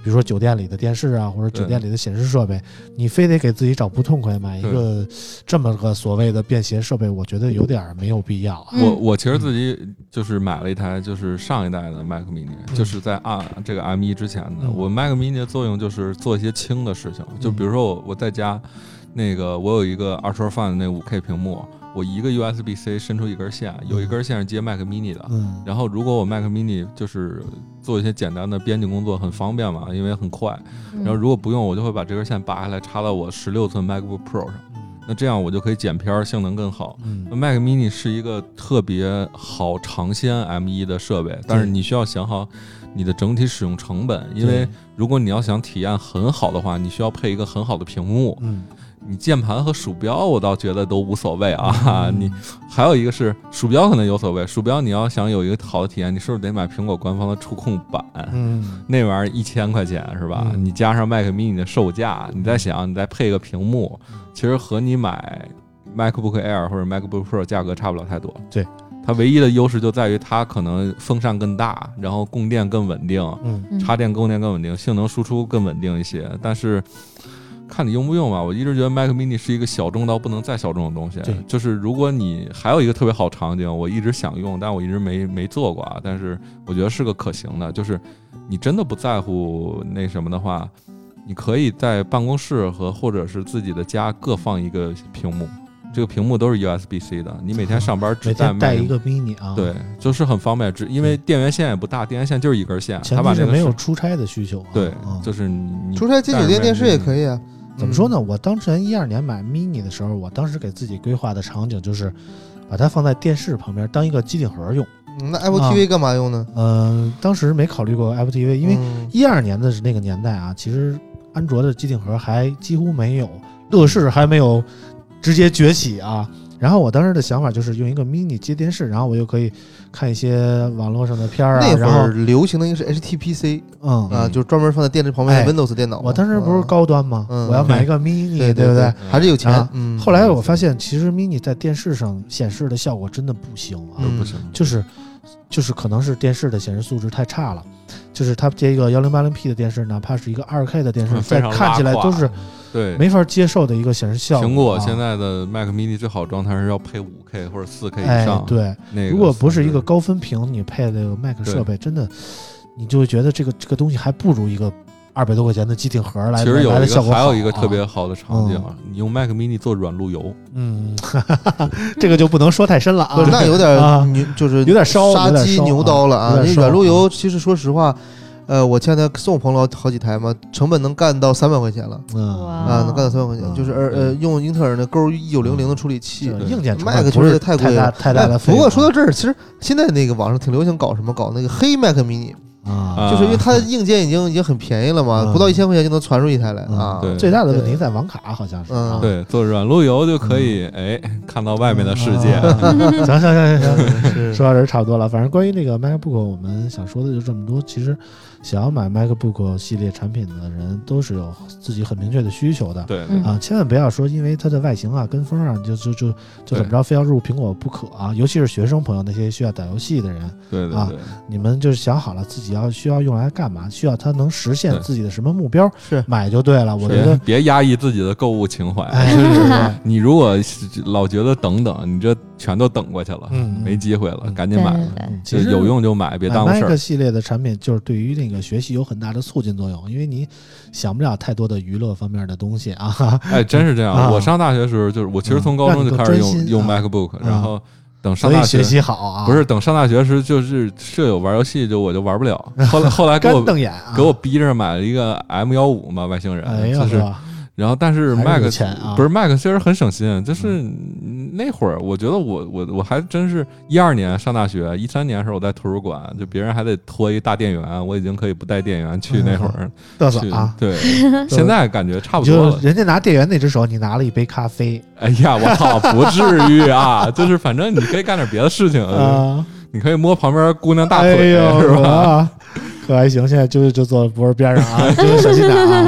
比如说酒店里的电视啊，或者酒店里的显示设备，你非得给自己找不痛快买一个这么个所谓的便携设备，我觉得有点没有必要啊。 我我其实自己就是买了一台就是上一代的 Mac mini，、嗯、就是在啊这个 M 一之前的。嗯、我 Mac mini 的作用就是做一些轻的事情，就比如说我我在家那个我有一个二十二范的那 五 K 屏幕。我一个 U S B C 伸出一根线，有一根线是接 Mac mini 的，嗯，然后如果我 Mac mini 就是做一些简单的编辑工作很方便嘛，因为很快，然后如果不用我就会把这根线拔下来插到我十六寸 MacBook Pro 上，那这样我就可以剪片，性能更好。嗯、Mac mini 是一个特别好尝鲜 M 一 的设备，但是你需要想好你的整体使用成本，因为如果你要想体验很好的话，你需要配一个很好的屏幕。嗯，你键盘和鼠标我倒觉得都无所谓啊，嗯、你还有一个是鼠标可能有所谓，鼠标你要想有一个好的体验，你是不是得买苹果官方的触控板？嗯，那玩意儿一千块钱是吧？嗯、你加上 Mac mini 的售价，你再想你再配个屏幕，其实和你买 MacBook Air 或者 MacBook Pro 价格差不了太多。 对， 它唯一的优势就在于它可能风扇更大，然后供电更稳定，嗯，插电供电更稳定，性能输出更稳定一些，但是。看你用不用吧，我一直觉得 Mac mini 是一个小众到不能再小众的东西。就是如果你还有一个特别好场景，我一直想用，但我一直没没做过啊。但是我觉得是个可行的，就是你真的不在乎那什么的话，你可以在办公室和或者是自己的家各放一个屏幕，这个屏幕都是 U S B C 的，你每天上班只带、 啊、每天带一个 mini 啊， 对，就是很方便。只因为电源线也不大，电源线就是一根线， 前提是没有出差的需求、啊。 对，就是你出差接酒店电视也可以啊。 怎么说呢？我当时一二年买 mini 的时候，我当时给自己规划的场景就是把它放在电视旁边当一个机顶盒用。 嗯、那 Apple T V 干嘛用呢？ 嗯、啊呃，当时没考虑过 Apple T V， 因为一二年的那个年代啊，其实安卓的机顶盒还几乎没有，乐视还没有直接崛起啊。然后我当时的想法就是用一个 mini 接电视，然后我又可以看一些网络上的片儿啊。 那会儿流行的应该是 H T P C， 嗯啊，就是专门放在电视旁边的 Windows 电脑、哎。 我当时不是高端吗？嗯、我要买一个 mini，、嗯、对, 对不对？ 还是有钱。 啊嗯、后来我发现，其实 mini 在电视上显示的效果真的不行啊， 嗯、不行， 就是就是可能是电视的显示素质太差了，就是它接一个一零八零 P 的电视，哪怕是一个 二 K 的电视， 嗯、 在看起来都是。 对， 没法接受的一个显示效果。 苹果现在的 Mac mini 最好状态是要配 五 K 或者 四 K 以上。 哎、对、 那个， 如果不是一个高分屏，你配这个 Mac 设备，真的，你就会觉得这个这个东西还不如一个二百多块钱的机顶盒来。 其实有一个还有一个特别好的场景，嗯、你用 Mac mini 做软路由。 嗯，这个就不能说太深了啊。 那有点、啊、就是有点烧杀鸡牛刀了啊！你软路由其实说实话。呃，我前两天送我朋友好几台嘛，成本能干到三万块钱了，嗯啊，能干到三万块钱，嗯、就是呃呃，用英特尔的 Go 一九零零的处理器， 嗯、硬件 Mac 确实太贵了， 太大了。 不过说到这儿，其实现在那个网上挺流行搞什么，搞那个黑 Mac mini。啊，就是因为它的硬件已经已经很便宜了嘛，嗯、不到一千块钱就能传出一台来、嗯、啊。 对， 最大的问题在网卡，好像是。 嗯， 对，做软路由就可以、嗯、哎看到外面的世界。 嗯啊、行行行行行，说到这儿差不多了。反正关于这个 MacBook， 我们想说的就这么多。其实想要买 MacBook 系列产品的人都是有自己很明确的需求的。 对啊，千万不要说因为它的外形啊、跟风啊，就就就就怎么着非要入苹果不可啊。尤其是学生朋友，那些需要打游戏的人， 对对对啊，你们就是想好了自己要需要用来干嘛，需要它能实现自己的什么目标， 是买就对了。我觉得别压抑自己的购物情怀。 哎，是是是你如果老觉得等等，你这全都等过去了， 嗯， 没机会了，嗯、赶紧买了。 其实有用就买，别耽误事儿。 Mac 系列的产品就是对于那个学习有很大的促进作用，因为你想不了太多的娱乐方面的东西啊。 哎，真是这样。啊、我上大学的时候，就是我其实从高中就开始用、嗯、用 MacBook，、啊、然后。等上大学学习好啊， 不是等上大学时就是舍友玩游戏就我就玩不了，后来后来给我瞪眼、啊、 给我逼着买了一个 M 十五嘛外星人， 哎、 就是。然后，但是 Mac 是、啊、 不是 Mac， 确实很省心。就是那会儿，我觉得我我我还真是一二年上大学，一三年的时候我在图书馆，就别人还得拖一大电源，我已经可以不带电源去那会儿嘚瑟啊。 对，现在感觉差不多了。 就人家拿电源那只手，你拿了一杯咖啡。 哎呀，我操，不至于啊！就是反正你可以干点别的事情啊，你可以摸旁边姑娘大腿， 哎、 是吧？ 可还行，现在就就坐博士边上啊，就是小心点啊。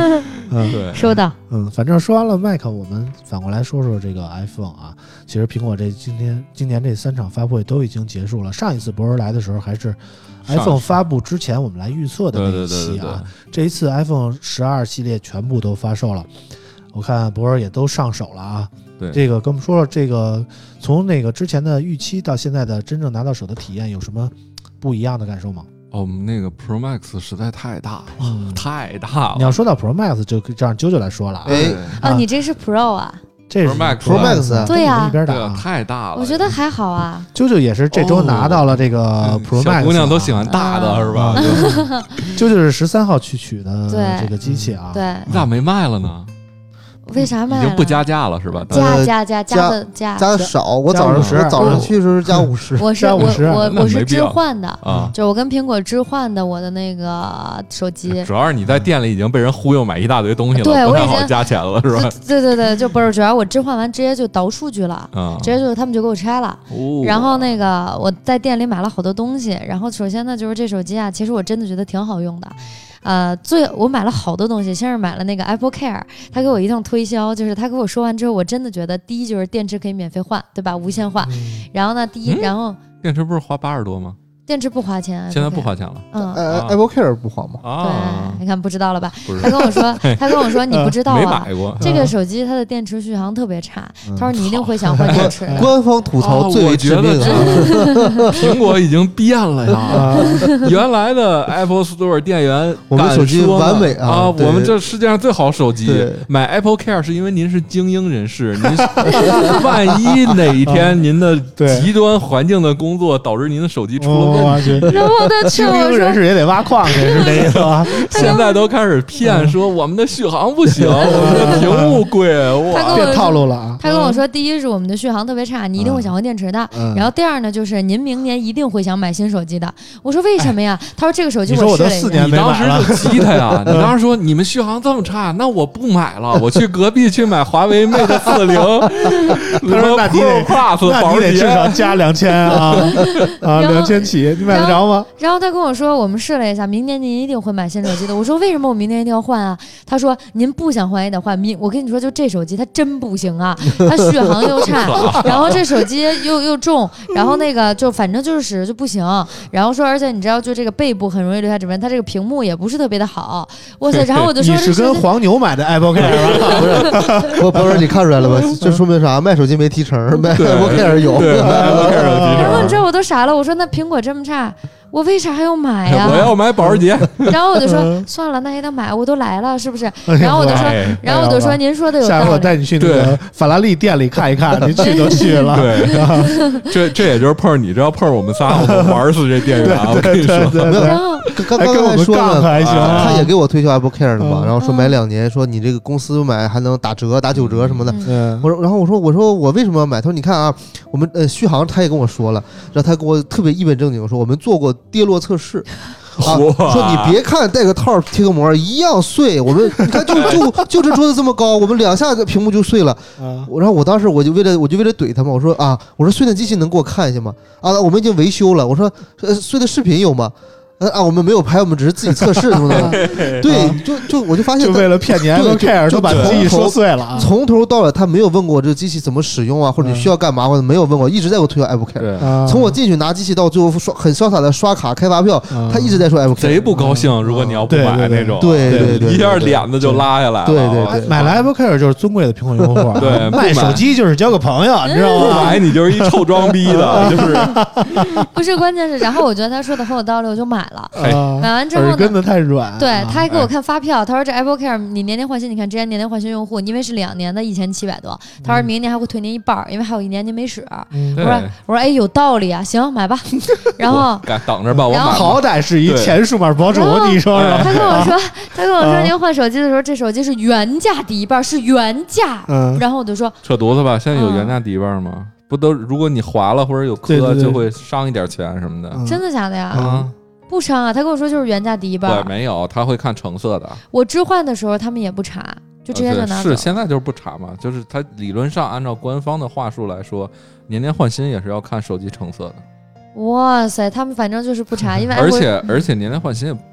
嗯， 对， 收到。 嗯，反正说完了 Mac， 我们反过来说说这个 iPhone 啊。其实苹果这今天今年这三场发布会都已经结束了。上一次博士来的时候还是 iPhone 发布之前我们来预测的那一期啊。 对对对对对， 这一次 iPhone 十二系列全部都发售了，我看博士也都上手了啊。 对， 这个跟我们说说这个从那个之前的预期到现在的真正拿到手的体验有什么不一样的感受吗？ 哦，我们那个 Pro Max 实在太大了， 嗯、 太大了。 你要说到 Pro Max， 就就让啾啾来说了啊。 哎啊，你这是 Pro 啊？ 这是 Pro Max Pro Max 对呀， 一边打、 啊，太大了。 我觉得还好啊。 啾啾也是这周拿到了这个 Pro Max，、啊小姑娘都喜欢大的、啊、是吧？ 啾啾是十三号去取的这个机器啊。 对， 你咋没卖了呢？ 为啥卖了？ 已经不加价了是吧？ 加加加加的加加的少，我早上我早上去的时候加五十， 我是我我我是置换的啊， 就是我跟苹果置换的我的那个手机。 主要是你在店里已经被人忽悠买一大堆东西了， 对， 不太好加钱了是吧？ 对对对，就不是，主要我置换完直接就导数据了，嗯、直接就他们就给我拆了。 哦、 然后那个我在店里买了好多东西，然后首先呢就是这手机啊，其实我真的觉得挺好用的。呃，最我买了好多东西，先是买了那个 Apple Care， 他给我一通推销，就是他给我说完之后，我真的觉得第一就是电池可以免费换，对吧？无限换。嗯、然后呢，第一，嗯、然后电池不是花八十多吗？ 电池不花钱， 现在不花钱了。 嗯、 呃、Apple Care 不花吗？ 啊， 对，你看不知道了吧？他跟我说，他跟我说你不知道啊， 没买过。 这个手机它的电池续航特别差，嗯、他说你一定会想换电池的。 官方吐槽最为致命啊！ 苹果已经变了呀，原来的 Apple Store 店员我们手机完美啊，我们这世界上最好手机。买 Apple Care 是因为您是精英人士，您万一哪一天您的极端环境的工作导致您的手机出了问题。 然后他精英人士也得挖矿去，是这意思吧？ 现在都开始骗说我们的续航不行，我们的屏幕贵，哇， 变套路了啊！ 他跟我说，第一是我们的续航特别差，你一定会想换电池的。 嗯、 然后第二呢，就是您明年一定会想买新手机的。我说为什么呀？他说这个手机我试了一下， 你当时就急他呀！你当时说你们续航这么差，那我不买了，我去隔壁去买华为 Mate 四零。 他说那你得 Plus， 那你得至少加两千啊啊两千起，你买得着吗？ 然后他跟我说，我们试了一下，明年您一定会买新手机的。我说为什么我明年一定要换啊？他说您不想换也得换。明我跟你说，就这手机它真不行啊，它续航又差，然后这手机又又重，然后那个就反正就是使就不行。然后说，而且你知道，就这个背部很容易留下指纹，它这个屏幕也不是特别的好。哇塞！然后我就说你是跟黄牛买的 Apple Care 吧？ 不是，我不是你看出来了吧？这说明啥？卖手机没提成，卖 Apple Care 有。 然后你知道我都傻了，我说那苹果这么差。我为啥还要买呀、啊？ 我要买保时捷。 然后我就说算了，那也得买，我都来了，是不是？然后我就说，然后我就说，您说的有道理。 下回我带你去那个法拉利店里看一看，您去都去了。 对，这这也就是碰上你，这要碰上我们仨，我们玩死这店员。我跟你说， 然后刚刚才说了，他也给我推销 Apple Care 的嘛，然后说买两年，说你这个公司买还能打折、打九折什么的。我说，然后我说，我说我为什么要买？他说你看啊，我们呃续航他也跟我说了，然后他跟我特别一本正经说，我们做过跌落测试，啊，说你别看带个套贴个膜一样碎，我们你看就就就这桌子这么高，我们两下屏幕就碎了。然后我当时我就为了我就为了怼他嘛，我说啊，我说碎的机器能给我看一下吗？啊，我们已经维修了。我说呃碎的视频有吗？啊，我们没有拍，我们只是自己测试，怎么的？对，就就我就发现， 就为了骗你 Apple Care， 就把机器说碎了、啊。 从头到尾，他没有问过我这个机器怎么使用啊，或者你需要干嘛，或者没有问过，一直在给我推销 Apple Care。从我进去拿机器到最后刷很潇洒的刷卡开发票，他一直在说 Apple Care。 贼不高兴，如果你要不买那种， 对对对， 一下脸子就拉下来了。 对对对， 买了 Apple Care 就是尊贵的苹果用户， 对， 卖手机就是交个朋友，你知道吗？ 不买你就是一臭装逼的，就是。 不是，关键是，然后我觉得他说的很有道理，我就买了。买完之后呢， 耳根子太软。 对，他还给我看发票，他说这 Apple Care 你年年换新，你看之前年年换新用户，因为是两年的，一千七百多，他说明年还会退您一半，因为还有一年您没使。 嗯、 我说我说哎有道理啊，行买吧。然后等着吧，我买。 好歹是一前数码博主，你说说。 他跟我说，他跟我说您换手机的时候，这手机是原价抵一半，是原价。嗯、然后我就说扯犊子吧，现在有原价抵一半吗？嗯、不都如果你划了或者有磕，对对对就会伤一点钱什么的。 嗯、真的假的呀？ 啊。 不伤啊，他跟我说就是原价抵一半。 对，没有，他会看成色的。 我置换的时候他们也不查，就直接就拿走。 是现在就是不查嘛，就是他理论上按照官方的话术来说，年年换新也是要看手机成色的。 哇塞，他们反正就是不查，因为而且而且年年换新也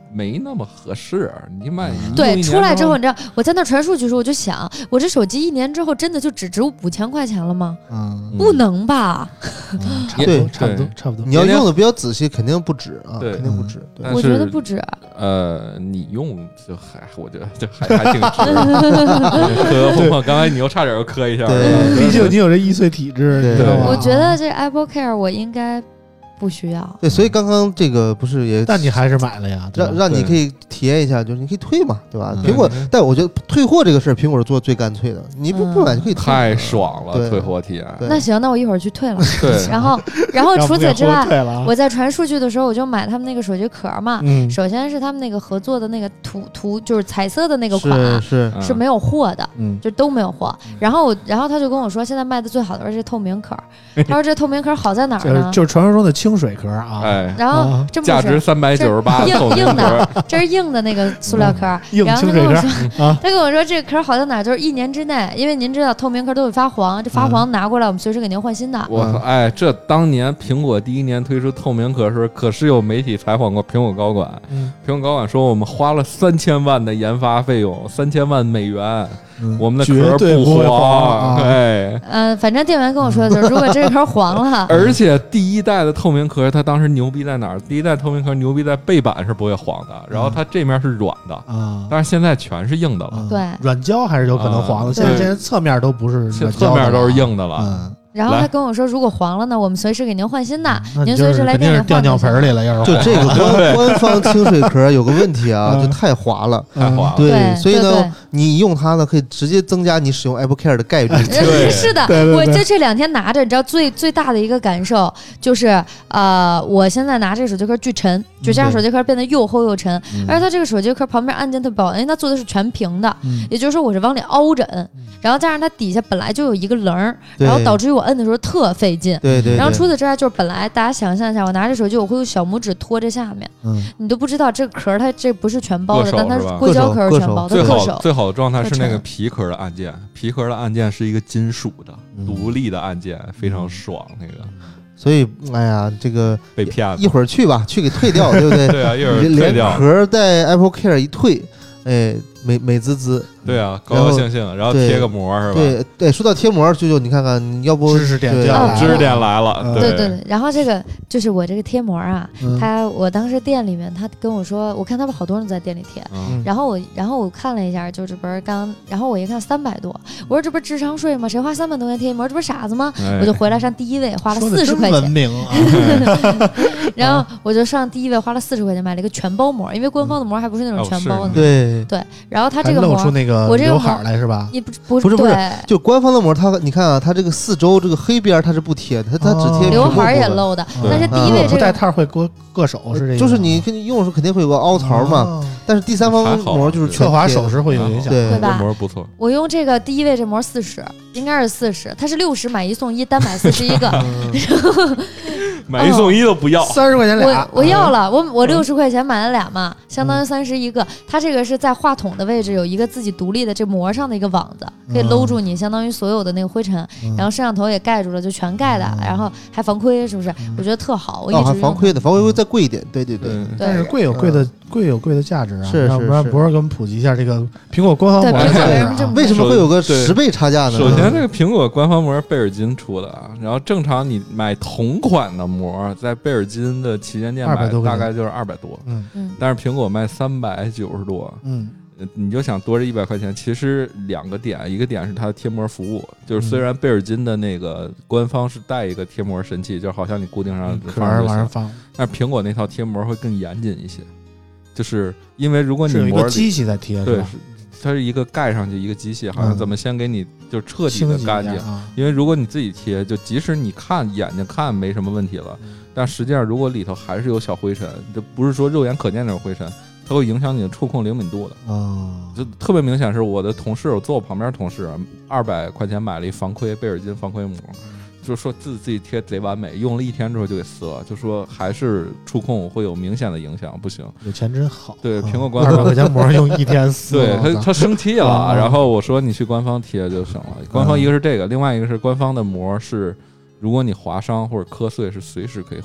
没那么合适。你买对出来之后，你知道我在那传数据的时候，我就想，我这手机一年之后真的就只值五千块钱了吗？嗯，不能吧？ 嗯、差不多，差不多，差不多。 你要用的比较仔细，肯定不止啊，肯定不止。 对，我觉得不止。 呃，你用就还，我觉得就还还挺值。磕碰碰，刚才你又差点又磕一下。 对，毕竟你有这易碎体质，你知道吗？ 我觉得这 Apple Care 我应该。不需要。 对，所以刚刚这个不是也， 但你还是买了呀， 让让你可以体验一下，就是你可以退嘛，对吧？苹果，但我觉得退货这个事儿，苹果是做最干脆的，你不不买就可以退， 太爽了，退货体验。 那行，那我一会儿去退了。 对， 然后然后除此之外，我在传数据的时候，我就买他们那个手机壳嘛。嗯。首先是他们那个合作的那个图图，就是彩色的那个款， 是是没有货的，嗯，就都没有货。然后我，然后他就跟我说，现在卖的最好的是透明壳。他说这透明壳好在哪儿呢？ 就是传说中的清水壳啊。 哎， 然后这价值三百九十八， 硬硬的，这是硬的那个塑料壳。然后他跟我说，他跟我说这个壳好在哪儿？就是一年之内，因为您知道透明壳都会发黄，这发黄拿过来，我们随时给您换新的。 我操，哎，这当年苹果第一年推出透明壳时，可是有媒体采访过苹果高管，苹果高管说我们花了三千万的研发费用，三千万美元。嗯、我们的壳不黄，哎， 嗯、呃，反正店员跟我说的就是，如果这个壳黄了， 而且第一代的透明壳，它当时牛逼在哪儿？第一代透明壳牛逼在背板是不会黄的，然后它这面是软的，啊、嗯，但是现在全是硬的了， 嗯、对， 软胶还是有可能黄的，现在现在侧面都不是软胶， 侧面都是硬的了， 嗯。 然后他跟我说，如果黄了呢，我们随时给您换新的，您随时来店里换。 掉尿盆里了，要是就这个官官方清水壳有个问题啊，就太滑了， 太滑了。 对，所以呢，你用它呢，可以直接增加你使用 Apple Care 的概率。 对， 是的，我就这两天拿着，你知道最最大的一个感受就是，呃，我现在拿这个手机壳巨沉，就这样手机壳变得又厚又沉，而且它这个手机壳旁边按键特别薄，因为它做的是全平的，也就是说我是往里凹着摁，然后加上它底下本来就有一个棱，然后导致于我摁的时候特费劲。 对 对, 对。 然后除此之外，就是本来大家想象一下，我拿着手机，我会用小拇指托着下面，嗯，你都不知道这个壳它这不是全包的，但它硅胶壳是全包的。 最好最好的状态是那个皮壳的按键，皮壳的按键是一个金属的、嗯、独立的按键，非常爽那个。 所以，哎呀，这个被骗了， 一会儿去吧，去给退掉，对不对？ 对啊，一会儿退掉。 连壳带 Apple Care 一退，哎。美美滋滋， 对啊，高高兴兴，然后贴个膜是吧？ 对对，说到贴膜，舅舅你看看，你要不知识点知识点来了， 对对对。然后这个就是我这个贴膜啊，他我当时店里面他跟我说，我看他们好多人在店里贴，然后我然后我看了一下，就这不是刚，然后我一看三百多，我说这不是智商税吗？谁花三百多块钱贴膜，这不是傻子吗？我就回来上第一位，花了四十块钱， 文明啊。 然后我就上第一位，花了四十块钱买了一个全包膜，因为官方的膜还不是那种全包的， 对对。然后它这个膜露出那个刘海来是吧？ 你不不不是不是，就官方的膜，它你看啊，它这个四周这个黑边它是不贴的，它它只贴刘海也露的。但是第一位这个不带套会割割手是这个， 就是你你用的时候肯定会有个凹槽嘛。但是第三方膜就是侧滑手势会有影响， 对吧？ 膜不错。 我用这个第一位这膜四十，应该是四十，它是六十买一送一，单买四十一个。 买一送一都不要， 三十块钱俩。 我我要了，我我六十块钱买了俩嘛，相当于三十一个。它这个是在话筒的位置有一个自己独立的这膜上的一个网子，可以搂住你，相当于所有的那个灰尘，然后摄像头也盖住了，就全盖的，然后还防窥，是不是？我觉得特好，我一直还防窥的，防窥会再贵一点，对对对。 但是贵有贵的贵有贵的价值啊， 是是是。 不是给我们普及一下这个苹果官方膜的价值啊？ 为什么会有个十倍差价呢？ 首先，这个苹果官方膜是贝尔金出的啊，然后正常你买同款的膜在贝尔金的旗舰店买大概就是二百多，嗯嗯，但是苹果卖三百九十多，嗯，你就想多这一百块钱，其实两个点，一个点是它的贴膜服务，就是虽然贝尔金的那个官方是带一个贴膜神器，就好像你固定上放往上放， 但是苹果那套贴膜会更严谨一些，就是因为如果你膜有一个机器在贴， 对，它是一个盖上去一个机械，好像怎么先给你就彻底的干净， 啊、 因为如果你自己贴，就即使你看眼睛看没什么问题了，但实际上如果里头还是有小灰尘，这不是说肉眼可见那种灰尘，它会影响你的触控灵敏度的。 哦， 就特别明显是我的同事，我坐我旁边同事，二百块钱买了一防窥贝尔金防窥膜。就说自己自己贴贼完美，用了一天之后就给撕了，就说还是触控会有明显的影响，不行。 有钱真好。 对，苹果官方二百块钱膜用一天撕， 对他他生气了，然后我说你去官方贴就行了。官方一个是这个，另外一个是官方的膜是，如果你划伤或者磕碎是随时可以换。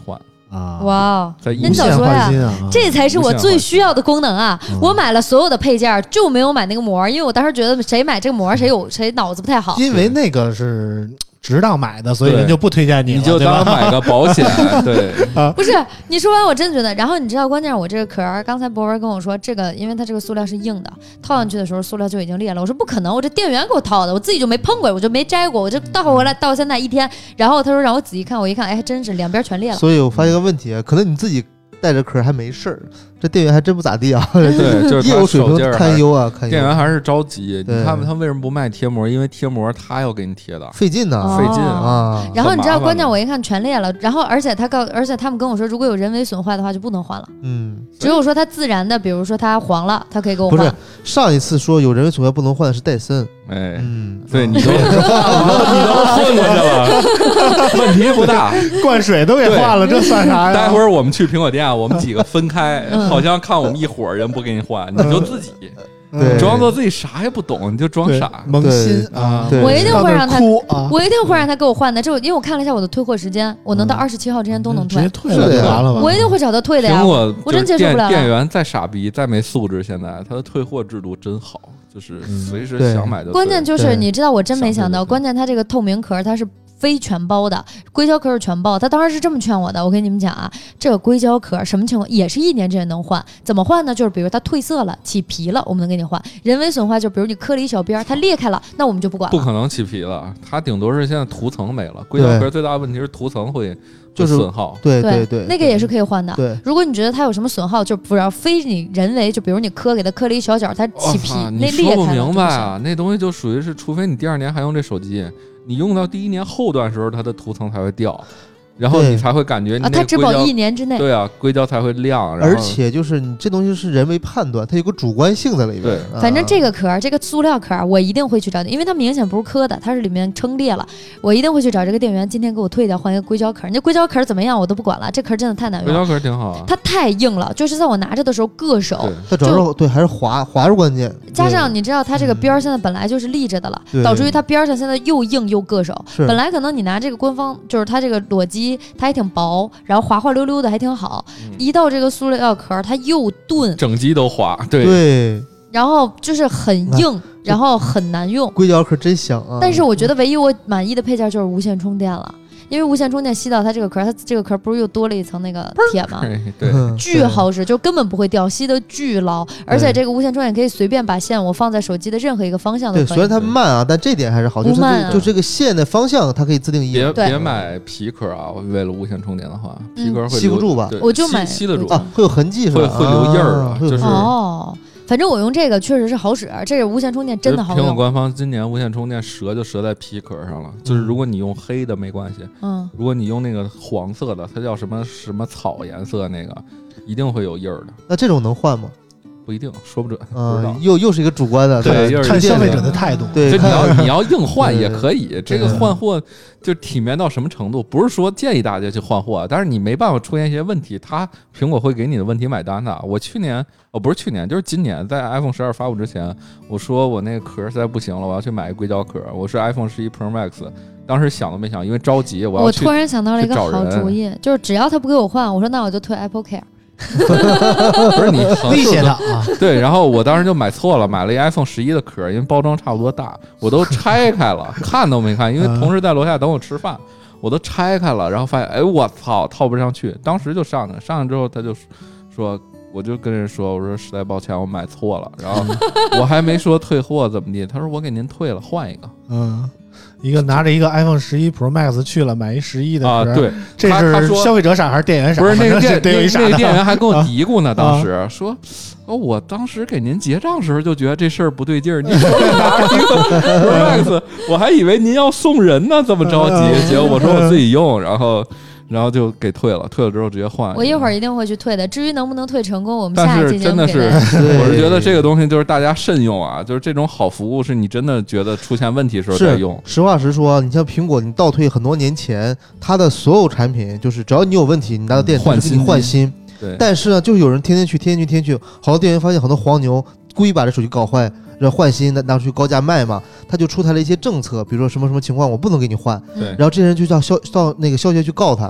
啊！ 哇， 在您早说呀， 啊、 这才是我最需要的功能啊！ 嗯、 我买了所有的配件，就没有买那个膜，因为我当时觉得谁买这个膜谁有谁脑子不太好。 因为那个是值当买的，所以人就不推荐你了， 你就当买个保险。对， 不是你说完我真觉得，然后你知道关键我这个壳，刚才博文跟我说这个，因为它这个塑料是硬的，套上去的时候塑料就已经裂了。我说不可能，我这店员给我套的，我自己就没碰过，我就没摘过，我就倒回来到现在一天，然后他说让我仔细看，我一看，哎，还真是两边全裂了。 所以我发现个问题，可能你自己带着壳还没事儿，这店员还真不咋地啊。 对，就是业务水平堪忧啊，堪忧。 店员还是着急。你看他为什么不卖贴膜？因为贴膜他要给你贴的， 费劲呢、 哦， 费劲啊。 然后你知道，关键我一看全裂了，然后而且他告，而且他们跟我说，如果有人为损坏的话就不能换了。嗯，只有说它自然的，比如说它黄了，它可以给我换。 不是，上一次说有人为损坏不能换的是戴森。 哎，嗯，对你都你都你都混过去了，问题不大， 灌水都给换了，这算啥呀？ 待会儿我们去苹果店，我们几个分开， 嗯、 好像看我们一伙人不给你换，你就自己。 对， 装作自己啥也不懂，你就装傻萌新啊！ 我一定会让他哭啊！ 我一定会让他给我换的。这因为我看了一下我的退货时间，我能到二十七号之前都能退， 直接退了就完了吧？ 我一定会找他退的呀！ 苹果我真接受不了。 店员再傻逼再没素质，现在他的退货制度真好，就是随时想买就。 关键就是你知道，我真没想到，关键它这个透明壳它是非全包的，硅胶壳是全包。他当时是这么劝我的，我跟你们讲啊，这个硅胶壳什么情况也是一年之内能换，怎么换呢？就是比如它褪色了、起皮了，我们能给你换；人为损坏，就比如你磕了一小边，它裂开了，那我们就不管了。 不可能起皮了，它顶多是现在涂层没了。硅胶壳最大的问题是涂层会就是损耗， 对对对， 那个也是可以换的。 对， 如果你觉得它有什么损耗，就不要非你人为，就比如你磕给它磕了一小角，它起皮， 哦、 那裂开了。 你说不明白啊，那东西就属于是，除非你第二年还用这手机。你用到第一年后段时候，它的涂层才会掉，然后你才会感觉你那啊，它只保一年之内。 对啊，硅胶才会亮。 而且就是你这东西是人为判断，它有个主观性在里边。 对， 啊、 反正这个壳，这个塑料壳，我一定会去找，因为它明显不是磕的，它是里面撑裂了，我一定会去找这个店员，今天给我退掉，换一个硅胶壳。那硅胶壳怎么样，我都不管了，这壳真的太难用。 硅胶壳挺好啊， 它太硬了，就是在我拿着的时候硌手。 它主要是对还是滑滑是关键。 加上你知道它这个边现在本来就是立着的了，导致于它边上现在又硬又硌手。本来可能你拿这个官方就是它这个裸机，它还挺薄，然后滑滑溜溜的还挺好。嗯、一到这个塑料壳，它又钝， 整机都滑。对对， 然后就是很硬，啊、然后很难用。 硅胶壳真香啊！ 但是我觉得唯一我满意的配件就是无线充电了。因为无线充电吸到它这个壳，它这个壳不是又多了一层那个铁吗？ 对， 巨好使，就根本不会掉，吸得巨牢。而且这个无线充电可以随便把线我放在手机的任何一个方向都可以。 对，虽然它慢啊，但这点还是好，就是慢、啊、 就这个线的方向它可以自定义。 别别买皮壳啊！为了无线充电的话，皮壳会吸不住吧？ 我就买吸得住啊，会有痕迹是吧？ 会会留印儿啊，就是哦。反正我用这个确实是好使，这个无线充电真的好用。 苹果官方今年无线充电折就折在皮壳上了，就是如果你用黑的没关系，嗯，如果你用那个黄色的，它叫什么什么草颜色那个，一定会有印儿的。 那这种能换吗？ 不一定，说不准。 嗯，又又是一个主观的， 对， 看消费者的态度。 对， 就你要你要硬换也可以，这个换货就体面到什么程度？不是说建议大家去换货，但是你没办法出现一些问题，它苹果会给你的问题买单的。我去年哦，不是去年，就是今年，在 iPhone 十二发布之前，我说我那个壳实在不行了，我要去买一硅胶壳。我是 iPhone 十一 Pro Max， 当时想都没想，因为着急，我要去。 我突然想到了一个好主意，就是只要他不给我换，我说那我就退 Apple Care。 不是你威胁他啊？ 对，然后我当时就买错了，买了一 iPhone 十一的壳，因为包装差不多大，我都拆开了，看都没看，因为同事在楼下等我吃饭，我都拆开了，然后发现，哎，我操，套不上去，当时就上去，上去之后他就说，我就跟人说，我说实在抱歉，我买错了，然后我还没说退货怎么地，他说我给您退了，换一个， 嗯。一个拿着一个 iPhone 十一 Pro Max 去了，买一十一的啊，对， 这是消费者傻还是店员傻？ 不是那个店那那个店员还跟我嘀咕呢， 啊、 当时说，哦，我当时给您结账时候就觉得这事儿不对劲儿，您拿一个 Pro Max， 我还以为您要送人呢，这么着急，结果我说我自己用，然后。然后就给退了，退了之后直接换。 我一会儿一定会去退的。至于能不能退成功，我们下一期节目但是真的是，我是觉得这个东西就是大家慎用啊，就是这种好服务是你真的觉得出现问题的时候再用。 实话实说，你像苹果，你倒退很多年前，它的所有产品就是只要你有问题，你拿到店换新换新。 对。 但是呢，就是有人天天去，天天去，天天去，好多店员发现很多黄牛故意把这手机搞坏。然后换新的拿出去高价卖嘛，他就出台了一些政策，比如说什么什么情况我不能给你换， 对， 然后这人就叫消到那个消协去告他，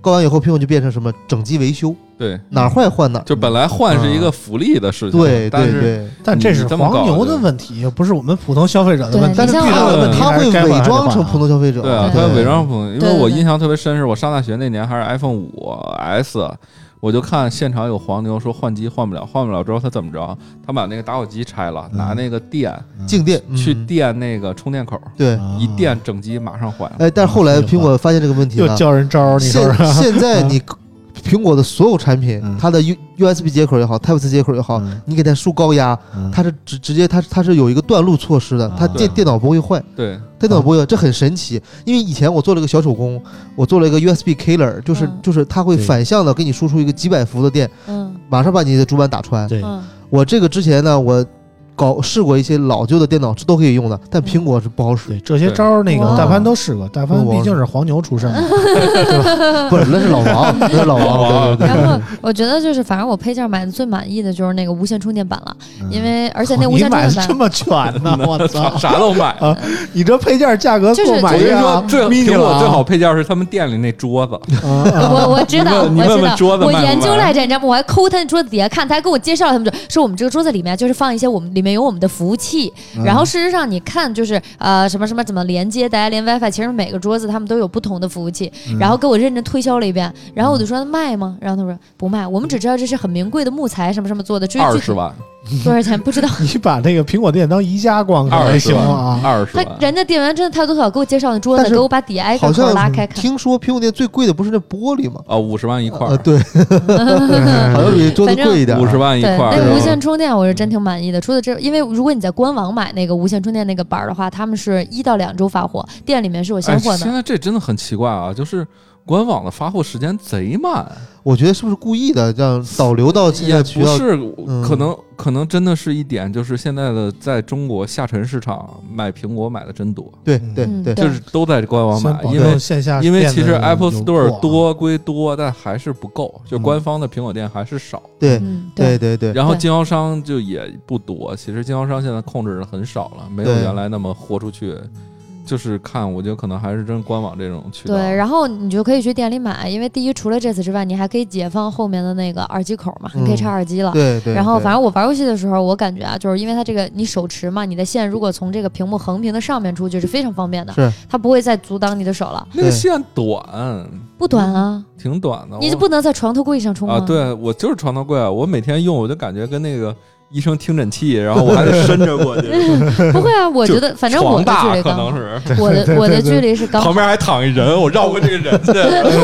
高完以后，苹果就变成什么整机维修， 对， 哪儿坏换哪儿， 就本来换是一个福利的事情， 对但是对对， 但这是黄牛的问题，又不是我们普通消费者的问题。 对但是遇到的问题他会还是该换伪装还是换成普通消费者， 对啊， 对他伪装成，因对对对为我印象特别深，是我上大学那年还是 iPhone 五 S。我就看现场有黄牛说换机换不了，换不了之后他怎么着？他把那个打火机拆了， 嗯拿那个电静电去嗯电那个充电口， 对， 啊一电整机马上坏了。 哎，但是后来苹果发现这个问题又了， 叫人招儿，你说现是？ 现在你苹果的所有产品嗯， 它的 U USB 接口也好 ，Type C 接口也好， 嗯你给它输高压， 嗯它是直直接它它是有一个断路措施的，它啊电电脑不会坏， 对， 它电脑不会坏，这很神奇。因为以前我做了一个小手工，我做了一个 U S B killer，就是嗯就是它会对反向的给你输出一个几百伏的电， 嗯马上把你的主板打穿。 对， 嗯， 我这个之前呢，我搞试过一些老旧的电脑是都可以用的，但苹果是不好使。 对这些招儿，那个哇大潘都试过，大潘毕竟是黄牛出身的， 不是，那是老王，那是老王。对对对然后我觉得就是，反正我配件买的最满意的就是那个无线充电板了，因为而且那无你线充电板。 买的这么全呢，我操！ 啥都买。 啊，你这配件价格就是够买我跟你呀说，最 ，mini 苹果了啊最好配件是他们店里那桌子， 啊啊我我知道， 你问你问问我知道，我桌子卖不卖研究来着，你知道吗？我还抠他那桌子底下看，他还跟我介绍，他们就说我们这个桌子里面就是放一些我们里面有我们的服务器， 嗯然后事实上你看就是呃什么什么怎么连接，大家连 WiFi，其实每个桌子他们都有不同的服务器， 嗯然后给我认真推销了一遍，然后我就说卖吗？然后他说不卖，我们只知道这是很名贵的木材什么什么做的，至于具体二十万， 多少钱不知道。 你把那个苹果店当宜家逛可还二十行吗？ 万， 啊， 他二十万。 人家店员真的态度特好，给我介绍那桌子， 但是给我把底下挨个好口拉像开看。 听说苹果店最贵的不是那玻璃吗？ 啊，五十万一块呃， 儿， 对，好像比桌子贵一点。 五十万一对， 块儿。 那个无线充电我是真挺满意的。除了这，因为如果你在官网买那个无线充电那个板儿的话，他们是一到两周发货，店里面是有现货哎，现的。 在这真的很奇怪啊，就是官网的发货时间贼慢， 我觉得是不是故意的，这样导流到现也在渠道？ 不是， 嗯可能可能真的是一点，就是现在的在中国下沉市场买苹果买的真多， 对对对， 嗯对就是都在官网买， 先保因为证线下因为其实店的 Apple 有 Store 货啊多归多，但还是不够，就官方的苹果店还是少。 对嗯， 对对对， 对然后经销商就也不多，其实经销商现在控制的很少了，没有对原来那么豁出去。就是看，我觉得可能还是真官网这种渠道。 对，然后你就可以去店里买，因为第一除了这次之外，你还可以解放后面的那个耳机口嘛，你可以插耳机了。 对对。 然后反正正我玩游戏的时候，我感觉啊，就是因为它这个你手持嘛，你的线如果从这个屏幕横屏的上面出去是非常方便的， 是它不会再阻挡你的手了。 那个线短， 不短啊， 挺短的。 你就不能在床头柜上充吗？ 啊？对，我就是床头柜，我每天用，我就感觉跟那个医生听诊器，然后我还得伸着过去。 不会啊，我觉得反正我的距床大可离刚好， 能是， 我的我的距离是刚好旁。边还躺一人，我绕过这个人去。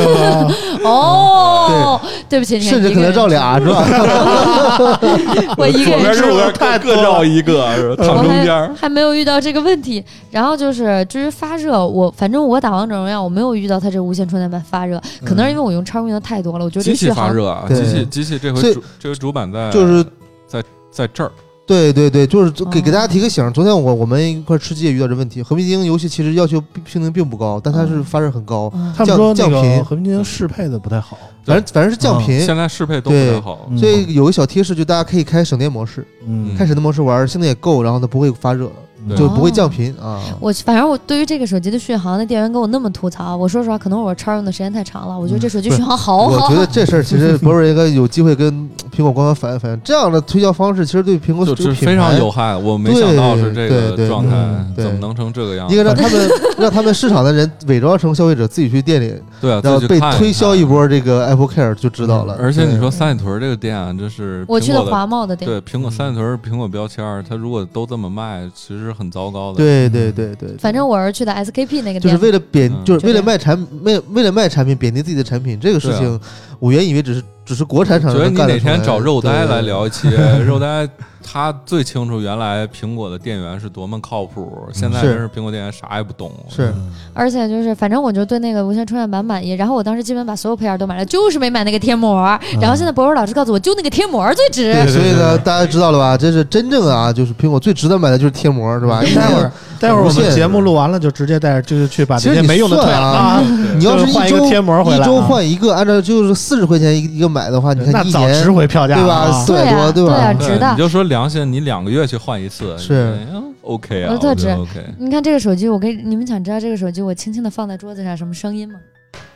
哦，对不起，你看甚至可能绕俩是吧？ 我一个左边人右边各各绕一个，是吧？躺我还中间。 还没有遇到这个问题。然后就是至于发热，我反正我打王者荣耀我没有遇到它这无线充电板发热，可能是因为我用超用的太多了，我觉得这机器续航发热啊， 对机器机器这所以回主这回主板在就是在在这儿。 对对对，就是给哦给大家提个醒。昨天我我们一块吃鸡也遇到这问题。和平精英游戏其实要求性能并不高，但它是发热很高， 嗯他们说那个降频和平精英适配的不太好， 反正反正是降频。 现在适配都不太好。 嗯所以有个小贴士，就大家可以开省电模式， 嗯开省电模式玩，性能也够，然后它不会发热， 对就不会降频啊。 我反正我对于这个手机的续航，那店员跟我那么吐槽，我说实话，可能我超用的时间太长了，我觉得这手机续航好好。 我觉得这事儿其实博瑞应该有机会跟苹果官方反映反映，这样的推销方式其实对苹果就这个品是非常牌有害，我没想到是这对对个状态嗯， 对怎么能成这个样子？ 应该让他们让他们市场的人伪装成消费者，自己去店里， 对啊， 然后被自己去看推销一看。 波这个 Apple Care 就知道了。 而且你说对三里屯这个店啊，这是我去的苹果的华贸的店， 对苹果三里屯苹果标签儿，它如果都这么卖，其实很糟糕的。 对对对对， 反正我是去的 S K P 那个就是店， 为了贬， 嗯就是为了就这样卖产为为了卖产品贬低自己的产品，这个事对啊情，我原以为只是只是国产厂觉得你商干得出来。 哪天找肉呆来对聊一期，肉呆他最清楚原来苹果的店员是多么靠谱，现在是真是苹果店员啥也不懂。 是而且就是反正我就对那个无线充电板满意，然后我当时基本把所有配件都买了，就是没买那个贴膜。然后现在博文老师告诉我，就那个贴膜最值。 对，所以呢，大家知道了吧？这是真正啊，就是苹果最值得买的就是贴膜，是吧？ 待会儿待会儿我无线们节目录完了，就直接带着就是去把这些其实你没用的退了算啊啊。 你要是一换一个周贴膜回来啊一周换一个，按照就是四十块钱一个一个买的话，你看那早一年值回票价对吧？ 了啊四百多， 对啊吧？ 对啊值的你就说良心，你两个月去换一次是嗯 OK 啊， 我特值我觉得 OK。 你看这个手机，我给你们想知道这个手机我轻轻的放在桌子上什么声音吗？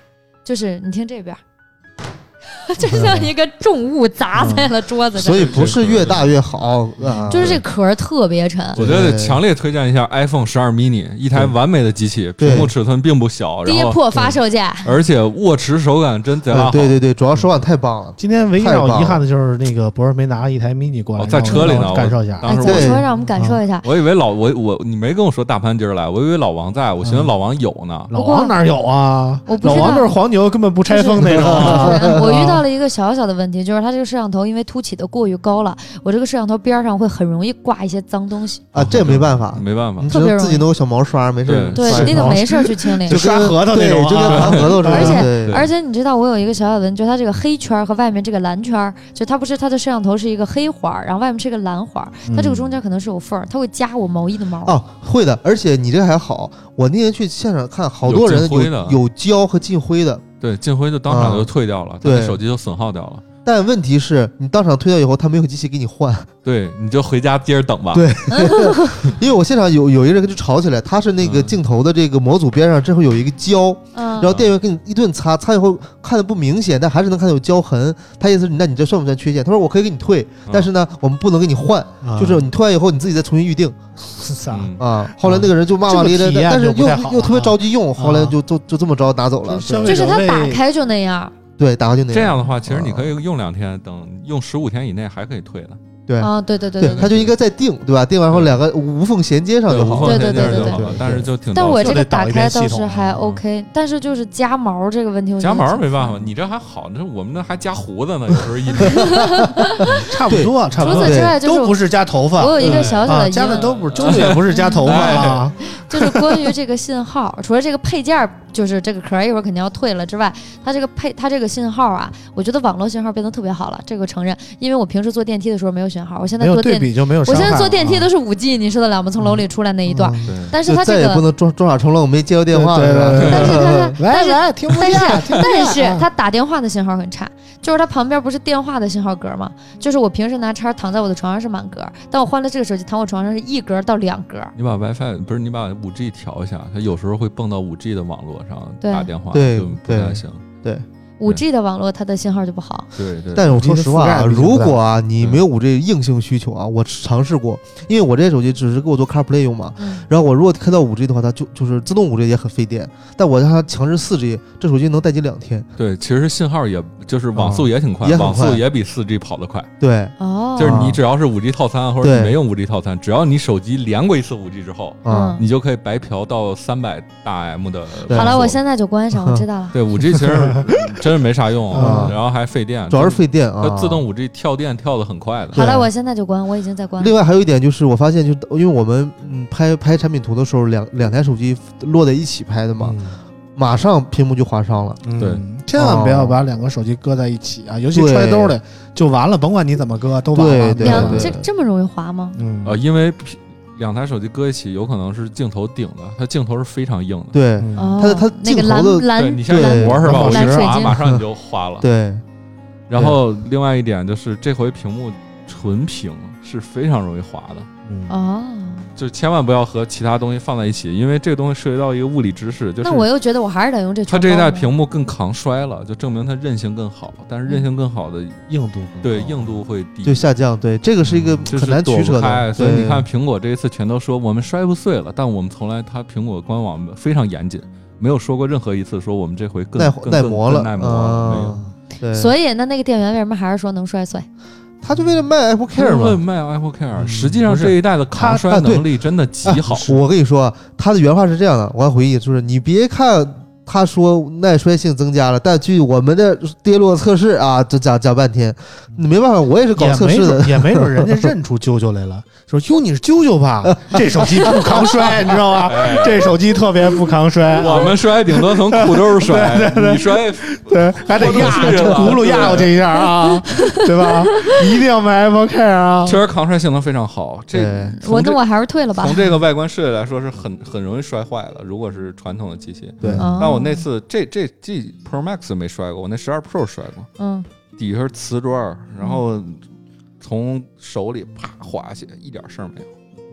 就是你听这边。就像一个重物砸在了桌子上， 所以不是越大越好，啊、 就是这壳特别沉。 我觉得强烈推荐一下 iPhone 十二 mini， 一台完美的机器，屏幕尺寸并不小， 跌破发售价， 而且握持手感真贼拉好。 对对对，主要手感太棒了。 今天唯一让我遗憾的就是那个博士没拿一台 mini 过来， 哦、在车里呢， 感受一下。 哎，在车让我们感受一下。 我以为老我我你没跟我说大潘今儿来，我以为老王在，我寻思老王有呢。 老王哪有啊？ 我不知道， 老王就是黄牛，根本不拆封那种。 我遇到了一个小小的问题，就是它这个摄像头因为凸起的过于高了，我这个摄像头边上会很容易挂一些脏东西啊，这没办法， 没办法， 你只能自己弄个小毛刷，没事。 对，你得没事去清理， 就刷核桃那种， 就跟盘核桃似的。 而且而且你知道，我有一个小小的，就它这个黑圈和外面这个蓝圈，就它不是它的摄像头是一个黑环，然后外面是一个蓝环，它这个中间可能是有缝儿，它会夹我毛衣的毛。 哦，会的，而且你这个还好，我那天去现场看，好多人有有胶和进灰的， 对，进灰就当场就退掉了，对，手机就损耗掉了。 但问题是你当场退掉以后，他没有机器给你换， 对，你就回家接着等吧。 对，因为我现场有有一个人就吵起来，他是那个镜头的这个模组边上这会有一个胶，嗯、然后店员给你一顿擦，擦以后看的不明显，但还是能看到有胶痕。他意思是，那你这算不算缺陷？他说我可以给你退，但是呢，我们不能给你换，嗯、就是你退完以后你自己再重新预定。 嗯、 啊！后来那个人就骂骂咧咧的，但是又又特别着急用，后来就就就这么着拿走了。 就是他打开就那样。 对，打开就那样。 这样的话，其实你可以用两天，等用十五天以内还可以退的。 对啊，对对对对，他就应该再定，对吧？定完后两个无缝衔接上就好， 对对对对对。 但是就挺， 但我这个打开倒是还 OK， 但是就是夹毛这个问题， 夹毛没办法，你这还好，这我们那还夹胡子呢，有时候一差不多，差不多。 除此之外，就是都不是夹头发。 我有一个小小的夹的都不是，就是也不是夹头发啊。 就是关于这个信号，除了这个配件，就是这个壳一会儿肯定要退了之外，它这个配它这个信号啊，我觉得网络信号变得特别好了，这个承认。因为我平时坐电梯的时候没有信号，我现在坐电对比就没有。 我现在坐电梯都是五 G， 你受得了吗？从楼里出来那一段， 嗯、 但是它这个再也不能装装傻充愣，没接到电话是吧？ 但是它但是听不见， 但是它打电话的信号很差，就是它旁边不是电话的信号格吗？就是我平时拿叉躺在我的床上是满格，但我换了这个手机躺我床上是一格到两格。 你把 WiFi 不是你把五 G 调一下，它有时候会蹦到五 G 的网络上打电话， 对， 就不太行。 对。 五 G 的网络它的信号就不好， 对对。 但是我说实话啊，如果啊你没有五 G 硬性需求啊，我尝试过，因为我这些手机只是给我做 CarPlay 用嘛，嗯、然后我如果开到五 G 的话，它就就是自动五 G 也很费电，但我让它强制四 G， 这手机能待机两天。 对，其实信号也就是网速也挺快， 嗯、也很网速也比四 G 跑得快。 对， 哦， 就是你只要是五 G 套餐或者你没用五 G 套餐，只要你手机连过一次五 G 之后，嗯，你就可以白嫖到三百大 M 的。 好了，我现在就关上，我知道了。 对，五 G 其实真是没啥用。嗯、然后还费电， 主要是费电啊！ 它自动五 G 跳电跳得很快的。 好了，我现在就关，我已经在关了。 另外还有一点就是，我发现就因为我们嗯拍拍产品图的时候，两两台手机摞在一起拍的嘛，嗯、马上屏幕就划伤了。 嗯、对，千万不要把两个手机搁在一起啊，尤其揣兜里就完了，甭管你怎么搁都完了。 对对对，这这么容易划吗？ 嗯呃，因为两台手机搁一起，有可能是镜头顶的，它镜头是非常硬的。 对， 哦、 它它镜头的， 蓝对你像膜是吧？我一划马上你就花了。 对。 然后另外一点就是，这回屏幕纯屏是非常容易滑的。 嗯哦， 就千万不要和其他东西放在一起，因为这个东西涉及到一个物理知识。就是那我又觉得我还是得用这。 它这一代屏幕更抗摔了，就证明它韧性更好。但是韧性更好的硬度对硬度会低， 就下降。对，这个是一个很难取舍的。 所以你看，苹果这一次全都说我们摔不碎了，但我们从来它苹果官网非常严谨，没有说过任何一次说我们这回更耐耐磨了， 耐磨了没有。 对， 所以那那个店员为什么还是说能摔碎？ 他就为了卖 Apple Care 嘛， 为了卖 Apple Care。实际上这一代的抗摔能力真的极好。 我跟你说，他的原话是这样的，我还回忆，就是你别看他说耐摔性增加了，但据我们的跌落测试啊，就讲讲半天，没办法，我也是搞测试的， 也没准人家认出啾啾来了，说哟你是啾啾吧？这手机不抗摔，你知道吧？这手机特别不抗摔。 我们摔顶多从裤兜摔， 对对对， 你摔对还得压轱辘压过去一下啊，对吧？一定要买 Apple Care 啊！ 确实抗摔性能非常好。这我那我还是退了吧。 从这个外观设计来说，是很很容易摔坏的。如果是传统的机器， 对。 但我那次这这 G Pro Max 没摔过，我那十二 Pro 摔过。嗯，底下是瓷砖，然后从手里啪滑下，一点事儿没有。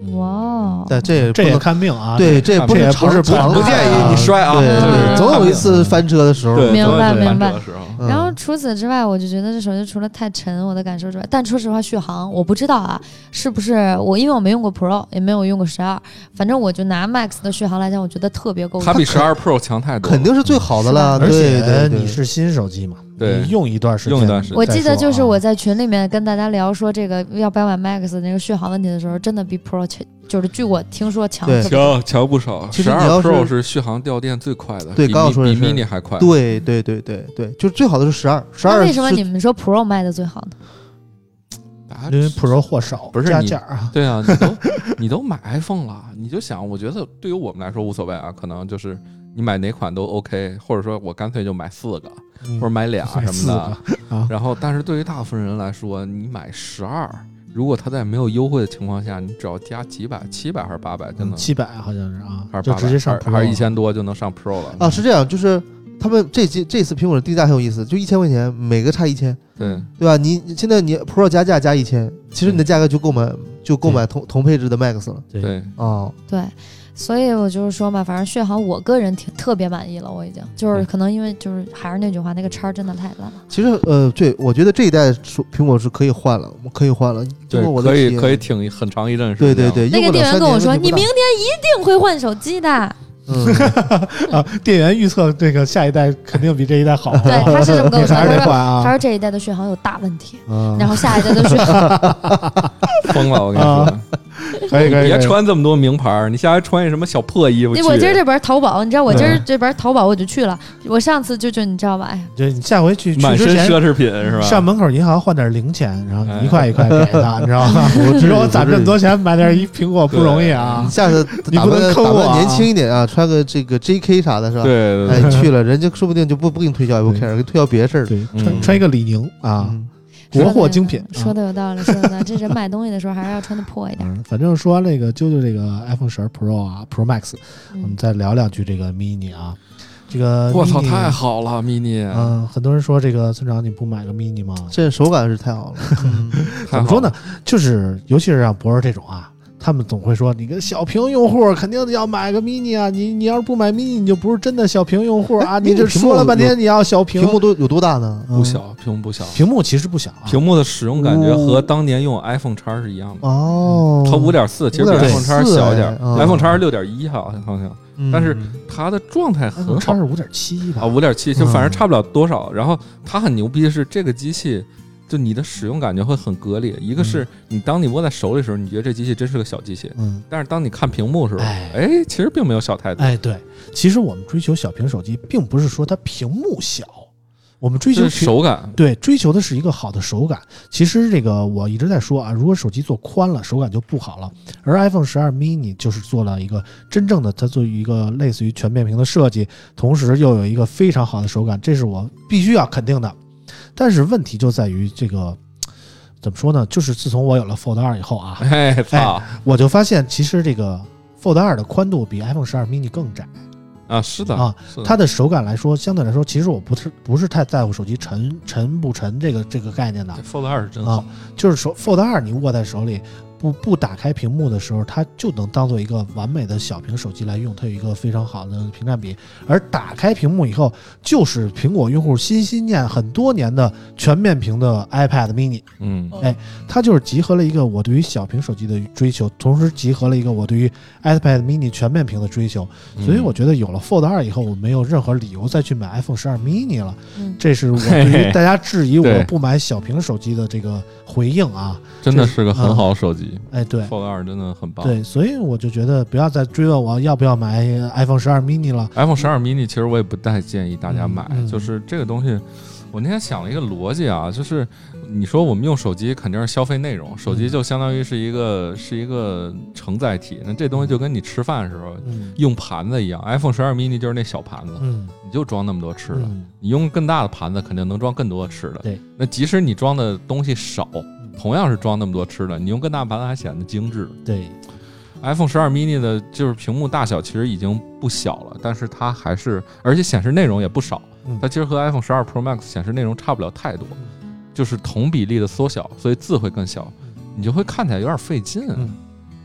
哇， 但这也这也看命啊， 对，这也不是不是不常不建议你摔啊， 对，总有一次翻车的时候。 明白明白。 嗯、 然后除此之外，我就觉得这手机除了太沉，我的感受之外，但说实话，续航我不知道啊，是不是我因为我没用过 Pro， 也没有用过十二，反正我就拿 Max 的续航来讲，我觉得特别够。 它比十二 Pro 强太多， 肯定是最好的了。 而且你是新手机嘛， 对， 你用一段时间， 用一段时间。 我记得就是我在群里面跟大家聊说这个要不要买 Max 的那个续航问题的时候，真的比 Pro 强，就是据我听说强强强不少。 其实十二 Pro 是续航掉电最快的， 对，刚刚说比 mini 还快。 对对对对对，就最好的是十二，十二。 为什么你们说 Pro 卖的最好呢？ 因为 Pro 货少， 不是加价啊。 对啊，你都你都买 iPhone 了，你就想，我觉得对于我们来说无所谓啊，可能就是你买哪款都 OK， 或者说我干脆就买四个， 嗯、 或者买俩什么的。 啊、 然后，但是对于大部分人来说，你买十二，如果它在没有优惠的情况下，你只要加几百，七百还是八百就能？ 七百好像是啊， 还是就直接上 Pro， 还是一千多就能上 Pro 了啊？是这样，就是他们这这这次苹果的定价很有意思，就一千块钱，每个差一千， 对对吧？你现在你 Pro 加价加一千，其实你的价格就购买就购买同同配置的 Max 了。 对哦， 对。所以我就是说嘛，反正续航我个人挺特别满意了，我已经就是可能因为就是还是那句话，那个叉真的太烂了。 其实呃，对，我觉得这一代苹果是可以换了，可以换了。 对， 我的可以可以挺很长一阵时间。对对对， 那个店员跟我说，你明天一定会换手机的。 嗯啊，店员预测这个下一代肯定比这一代好。 对，他是这么跟我说， 他说、啊、 他说这一代的续航有大问题，嗯、然后下一代的续航疯了，我跟你说。啊可以可以， 别穿这么多名牌，你下回穿一什么小破衣服去。 我今儿这边淘宝，你知道我今儿这边淘宝我就去了，我上次就就你知道吧？哎， 就你下回去满身奢侈品是吧？ 上门口银行换点零钱，然后一块一块给他，你知道吗？我知道我攒这么多钱买点一苹果不容易啊！ 下次你不能坑我， 年轻一点啊，穿个这个 J K 啥的是吧？ 对， 哎去了，人家说不定就不不给你推销也不 care，给你推销别的事儿。 对，穿穿一个李宁啊。国货精品， 说的有道理，说的有道理。这人买东西的时候还是要穿的破一点。 嗯、反正说完这个啾啾这个 iPhone 十二 Pro 啊 Pro Max，、嗯、我们再聊两句这个 mini 啊。这个我操，太好了 mini。 嗯，很多人说这个村长你不买个 mini 吗？ 这手感是太好了。嗯、 怎么说呢？就是尤其是像博儿这种啊。他们总会说，你个小屏用户肯定要买个 mini 啊！你你要是不买 mini， 你就不是真的小屏用户啊！你这说了半天你要小屏， 屏幕都有多大呢？ 不小，屏幕不小， 屏幕其实不小、啊， 屏幕的使用感觉和当年用 iPhone X 是一样的。 哦， 它 五点四， 其实比 iPhone X 小一点、 哦、 ，iPhone X 是 六点一好像好像，但是它的状态很好。 它是 五点七 吧？ 啊 ，五点七 就反正差不了多少。嗯、然后它很牛逼的是这个机器。就你的使用感觉会很割裂，一个是你当你握在手里的时候，你觉得这机器真是个小机器，嗯，但是当你看屏幕的时候，哎，哎其实并没有小太多。 哎，对，其实我们追求小屏手机，并不是说它屏幕小，我们追求手感， 对，追求的是一个好的手感。其实这个我一直在说啊，如果手机做宽了，手感就不好了。而 iPhone 十二 mini 就是做了一个真正的，它做一个类似于全面屏的设计，同时又有一个非常好的手感，这是我必须要肯定的。但是问题就在于这个怎么说呢？就是自从我有了 Fold 二以后啊， 哎操、 哎，我就发现其实这个 Fold 二的宽度比 iPhone 十二 mini 更窄啊，是的啊， 是的它的手感来说，相对来说，其实我不是不是太在乎手机沉沉不沉这个这个概念的。 Fold 二是真好， 啊、就是手 Fold 二你握在手里。不不打开屏幕的时候，它就能当做一个完美的小屏手机来用，它有一个非常好的屏占比。而打开屏幕以后，就是苹果用户心心念很多年的全面屏的 iPad mini。 嗯， 哎，它就是集合了一个我对于小屏手机的追求，同时集合了一个我对于 iPad mini 全面屏的追求。所以我觉得有了 Fold 二以后，我没有任何理由再去买 iPhone 十二 mini 了。 嗯， 这是我对于大家质疑我不买小屏手机的这个回应啊。 真的是个很好的手机。 哎，对 ，Fold 二真的很棒。 对，所以我就觉得不要再追问我要不要买 iPhone 十二 mini 了。 iPhone 十二 mini 其实我也不太建议大家买， 嗯嗯、 就是这个东西，我那天想了一个逻辑啊，就是你说我们用手机肯定是消费内容，手机就相当于是一个、嗯、是一个承载体，那这东西就跟你吃饭的时候用盘子一样、嗯、，iPhone 十二 mini 就是那小盘子，嗯，你就装那么多吃的，嗯、你用更大的盘子肯定能装更多的吃的。 对， 那即使你装的东西少。同样是装那么多吃的，你用更大盘子还显得精致。 对 ，iPhone 十二 mini 的就是屏幕大小其实已经不小了，但是它还是，而且显示内容也不少。嗯、它其实和 iPhone 十二 Pro Max 显示内容差不了太多，就是同比例的缩小，所以字会更小，你就会看起来有点费劲。 嗯、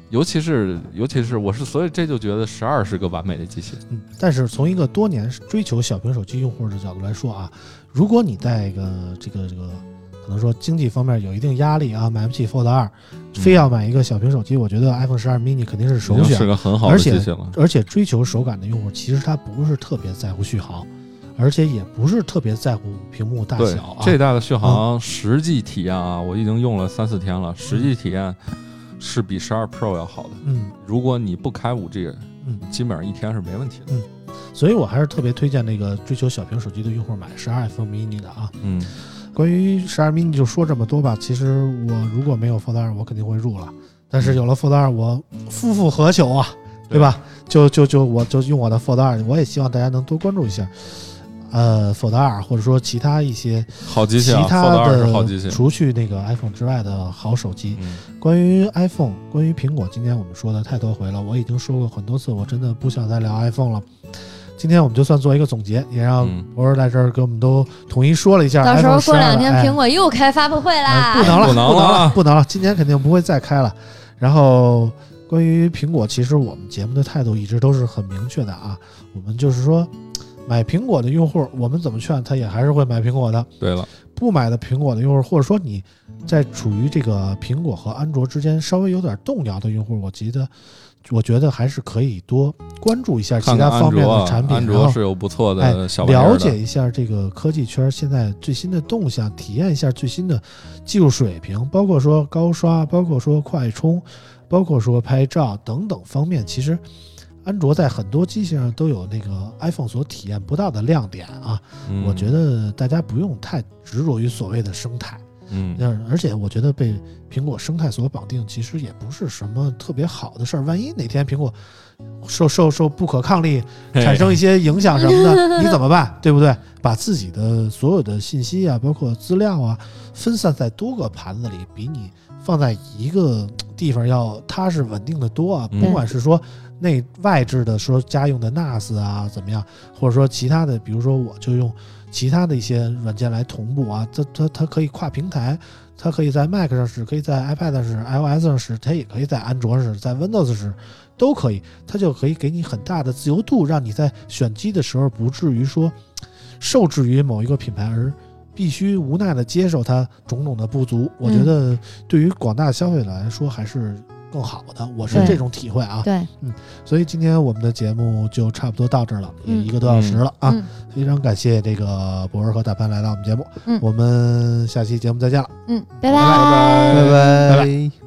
尤其是尤其是我是，所以这就觉得十二是个完美的机器。 嗯，但是从一个多年追求小屏手机用户的角度来说啊，如果你在一个这个这个可能说经济方面有一定压力啊，买不起 Fold 二，非要买一个小屏手机，我觉得 iPhone 十二 mini 肯定是首选， 是个很好的机器了。 而且追求手感的用户，其实他不是特别在乎续航。而且也不是特别在乎屏幕大小啊。 这一代的续航实际体验啊，我已经用了三四天了，实际体验是比十二 Pro 要好的。 嗯， 如果你不开 五 G， 嗯， 基本上一天是没问题的。 嗯，所以我还是特别推荐那个追求小屏手机的用户买十二 iPhone mini 的啊。 嗯， 关于十二 mini 就说这么多吧。其实我如果没有 Fold 二，我肯定会入了。但是有了 Fold 二，我夫复何求啊，对吧？就就就我就用我的 Fold 二，我也希望大家能多关注一下。呃 ，Fold 二或者说其他一些好机器、啊， 其他的好机器， 除去那个 iPhone 之外的好手机。 嗯、 关于 iPhone， 关于苹果，今天我们说的太多回了，我已经说过很多次，我真的不想再聊 iPhone 了。今天我们就算做一个总结，也让博儿在这儿给我们都统一说了一下。 到时候过两天苹果果又开发布会啦， 哎、不能了， 不能了， 不能了，今年肯定不会再开了。然后关于苹果，其实我们节目的态度一直都是很明确的啊，我们就是说。买苹果的用户，我们怎么劝他也还是会买苹果的。 对了， 不买的苹果的用户，或者说你在处于这个苹果和安卓之间稍微有点动摇的用户，我觉得，我觉得还是可以多关注一下其他方面的产品。 安卓是有不错的小玩意儿的， 了解一下这个科技圈现在最新的动向，体验一下最新的技术水平，包括说高刷，包括说快充，包括说拍照等等方面，其实。安卓在很多机型上都有那个 iPhone 所体验不到的亮点啊， 嗯、 我觉得大家不用太执着于所谓的生态， 嗯， 而且我觉得被苹果生态所绑定，其实也不是什么特别好的事儿。万一哪天苹果受受受不可抗力，产生一些影响什么的，你怎么办？对不对？把自己的所有的信息啊，包括资料啊，分散在多个盘子里，比你放在一个地方要踏实稳定的多啊。 嗯、 不管是说。内外置的说家用的 N A S 啊怎么样，或者说其他的，比如说我就用其他的一些软件来同步啊，它它它可以跨平台，它可以在 Mac 上使，可以在 iPad 上使 iOS 上使，它也可以在安卓上使，在 Windows 使都可以，它就可以给你很大的自由度，让你在选机的时候不至于说受制于某一个品牌而必须无奈的接受它种种的不足。我觉得对于广大消费者来说还是更好的，我是这种体会啊。 对， 嗯，所以今天我们的节目就差不多到这儿了，也一个多小时了啊。 嗯、 非常感谢这个博儿和大潘来到我们节目， 嗯， 我们下期节目再见了。 嗯，拜拜拜拜拜拜拜。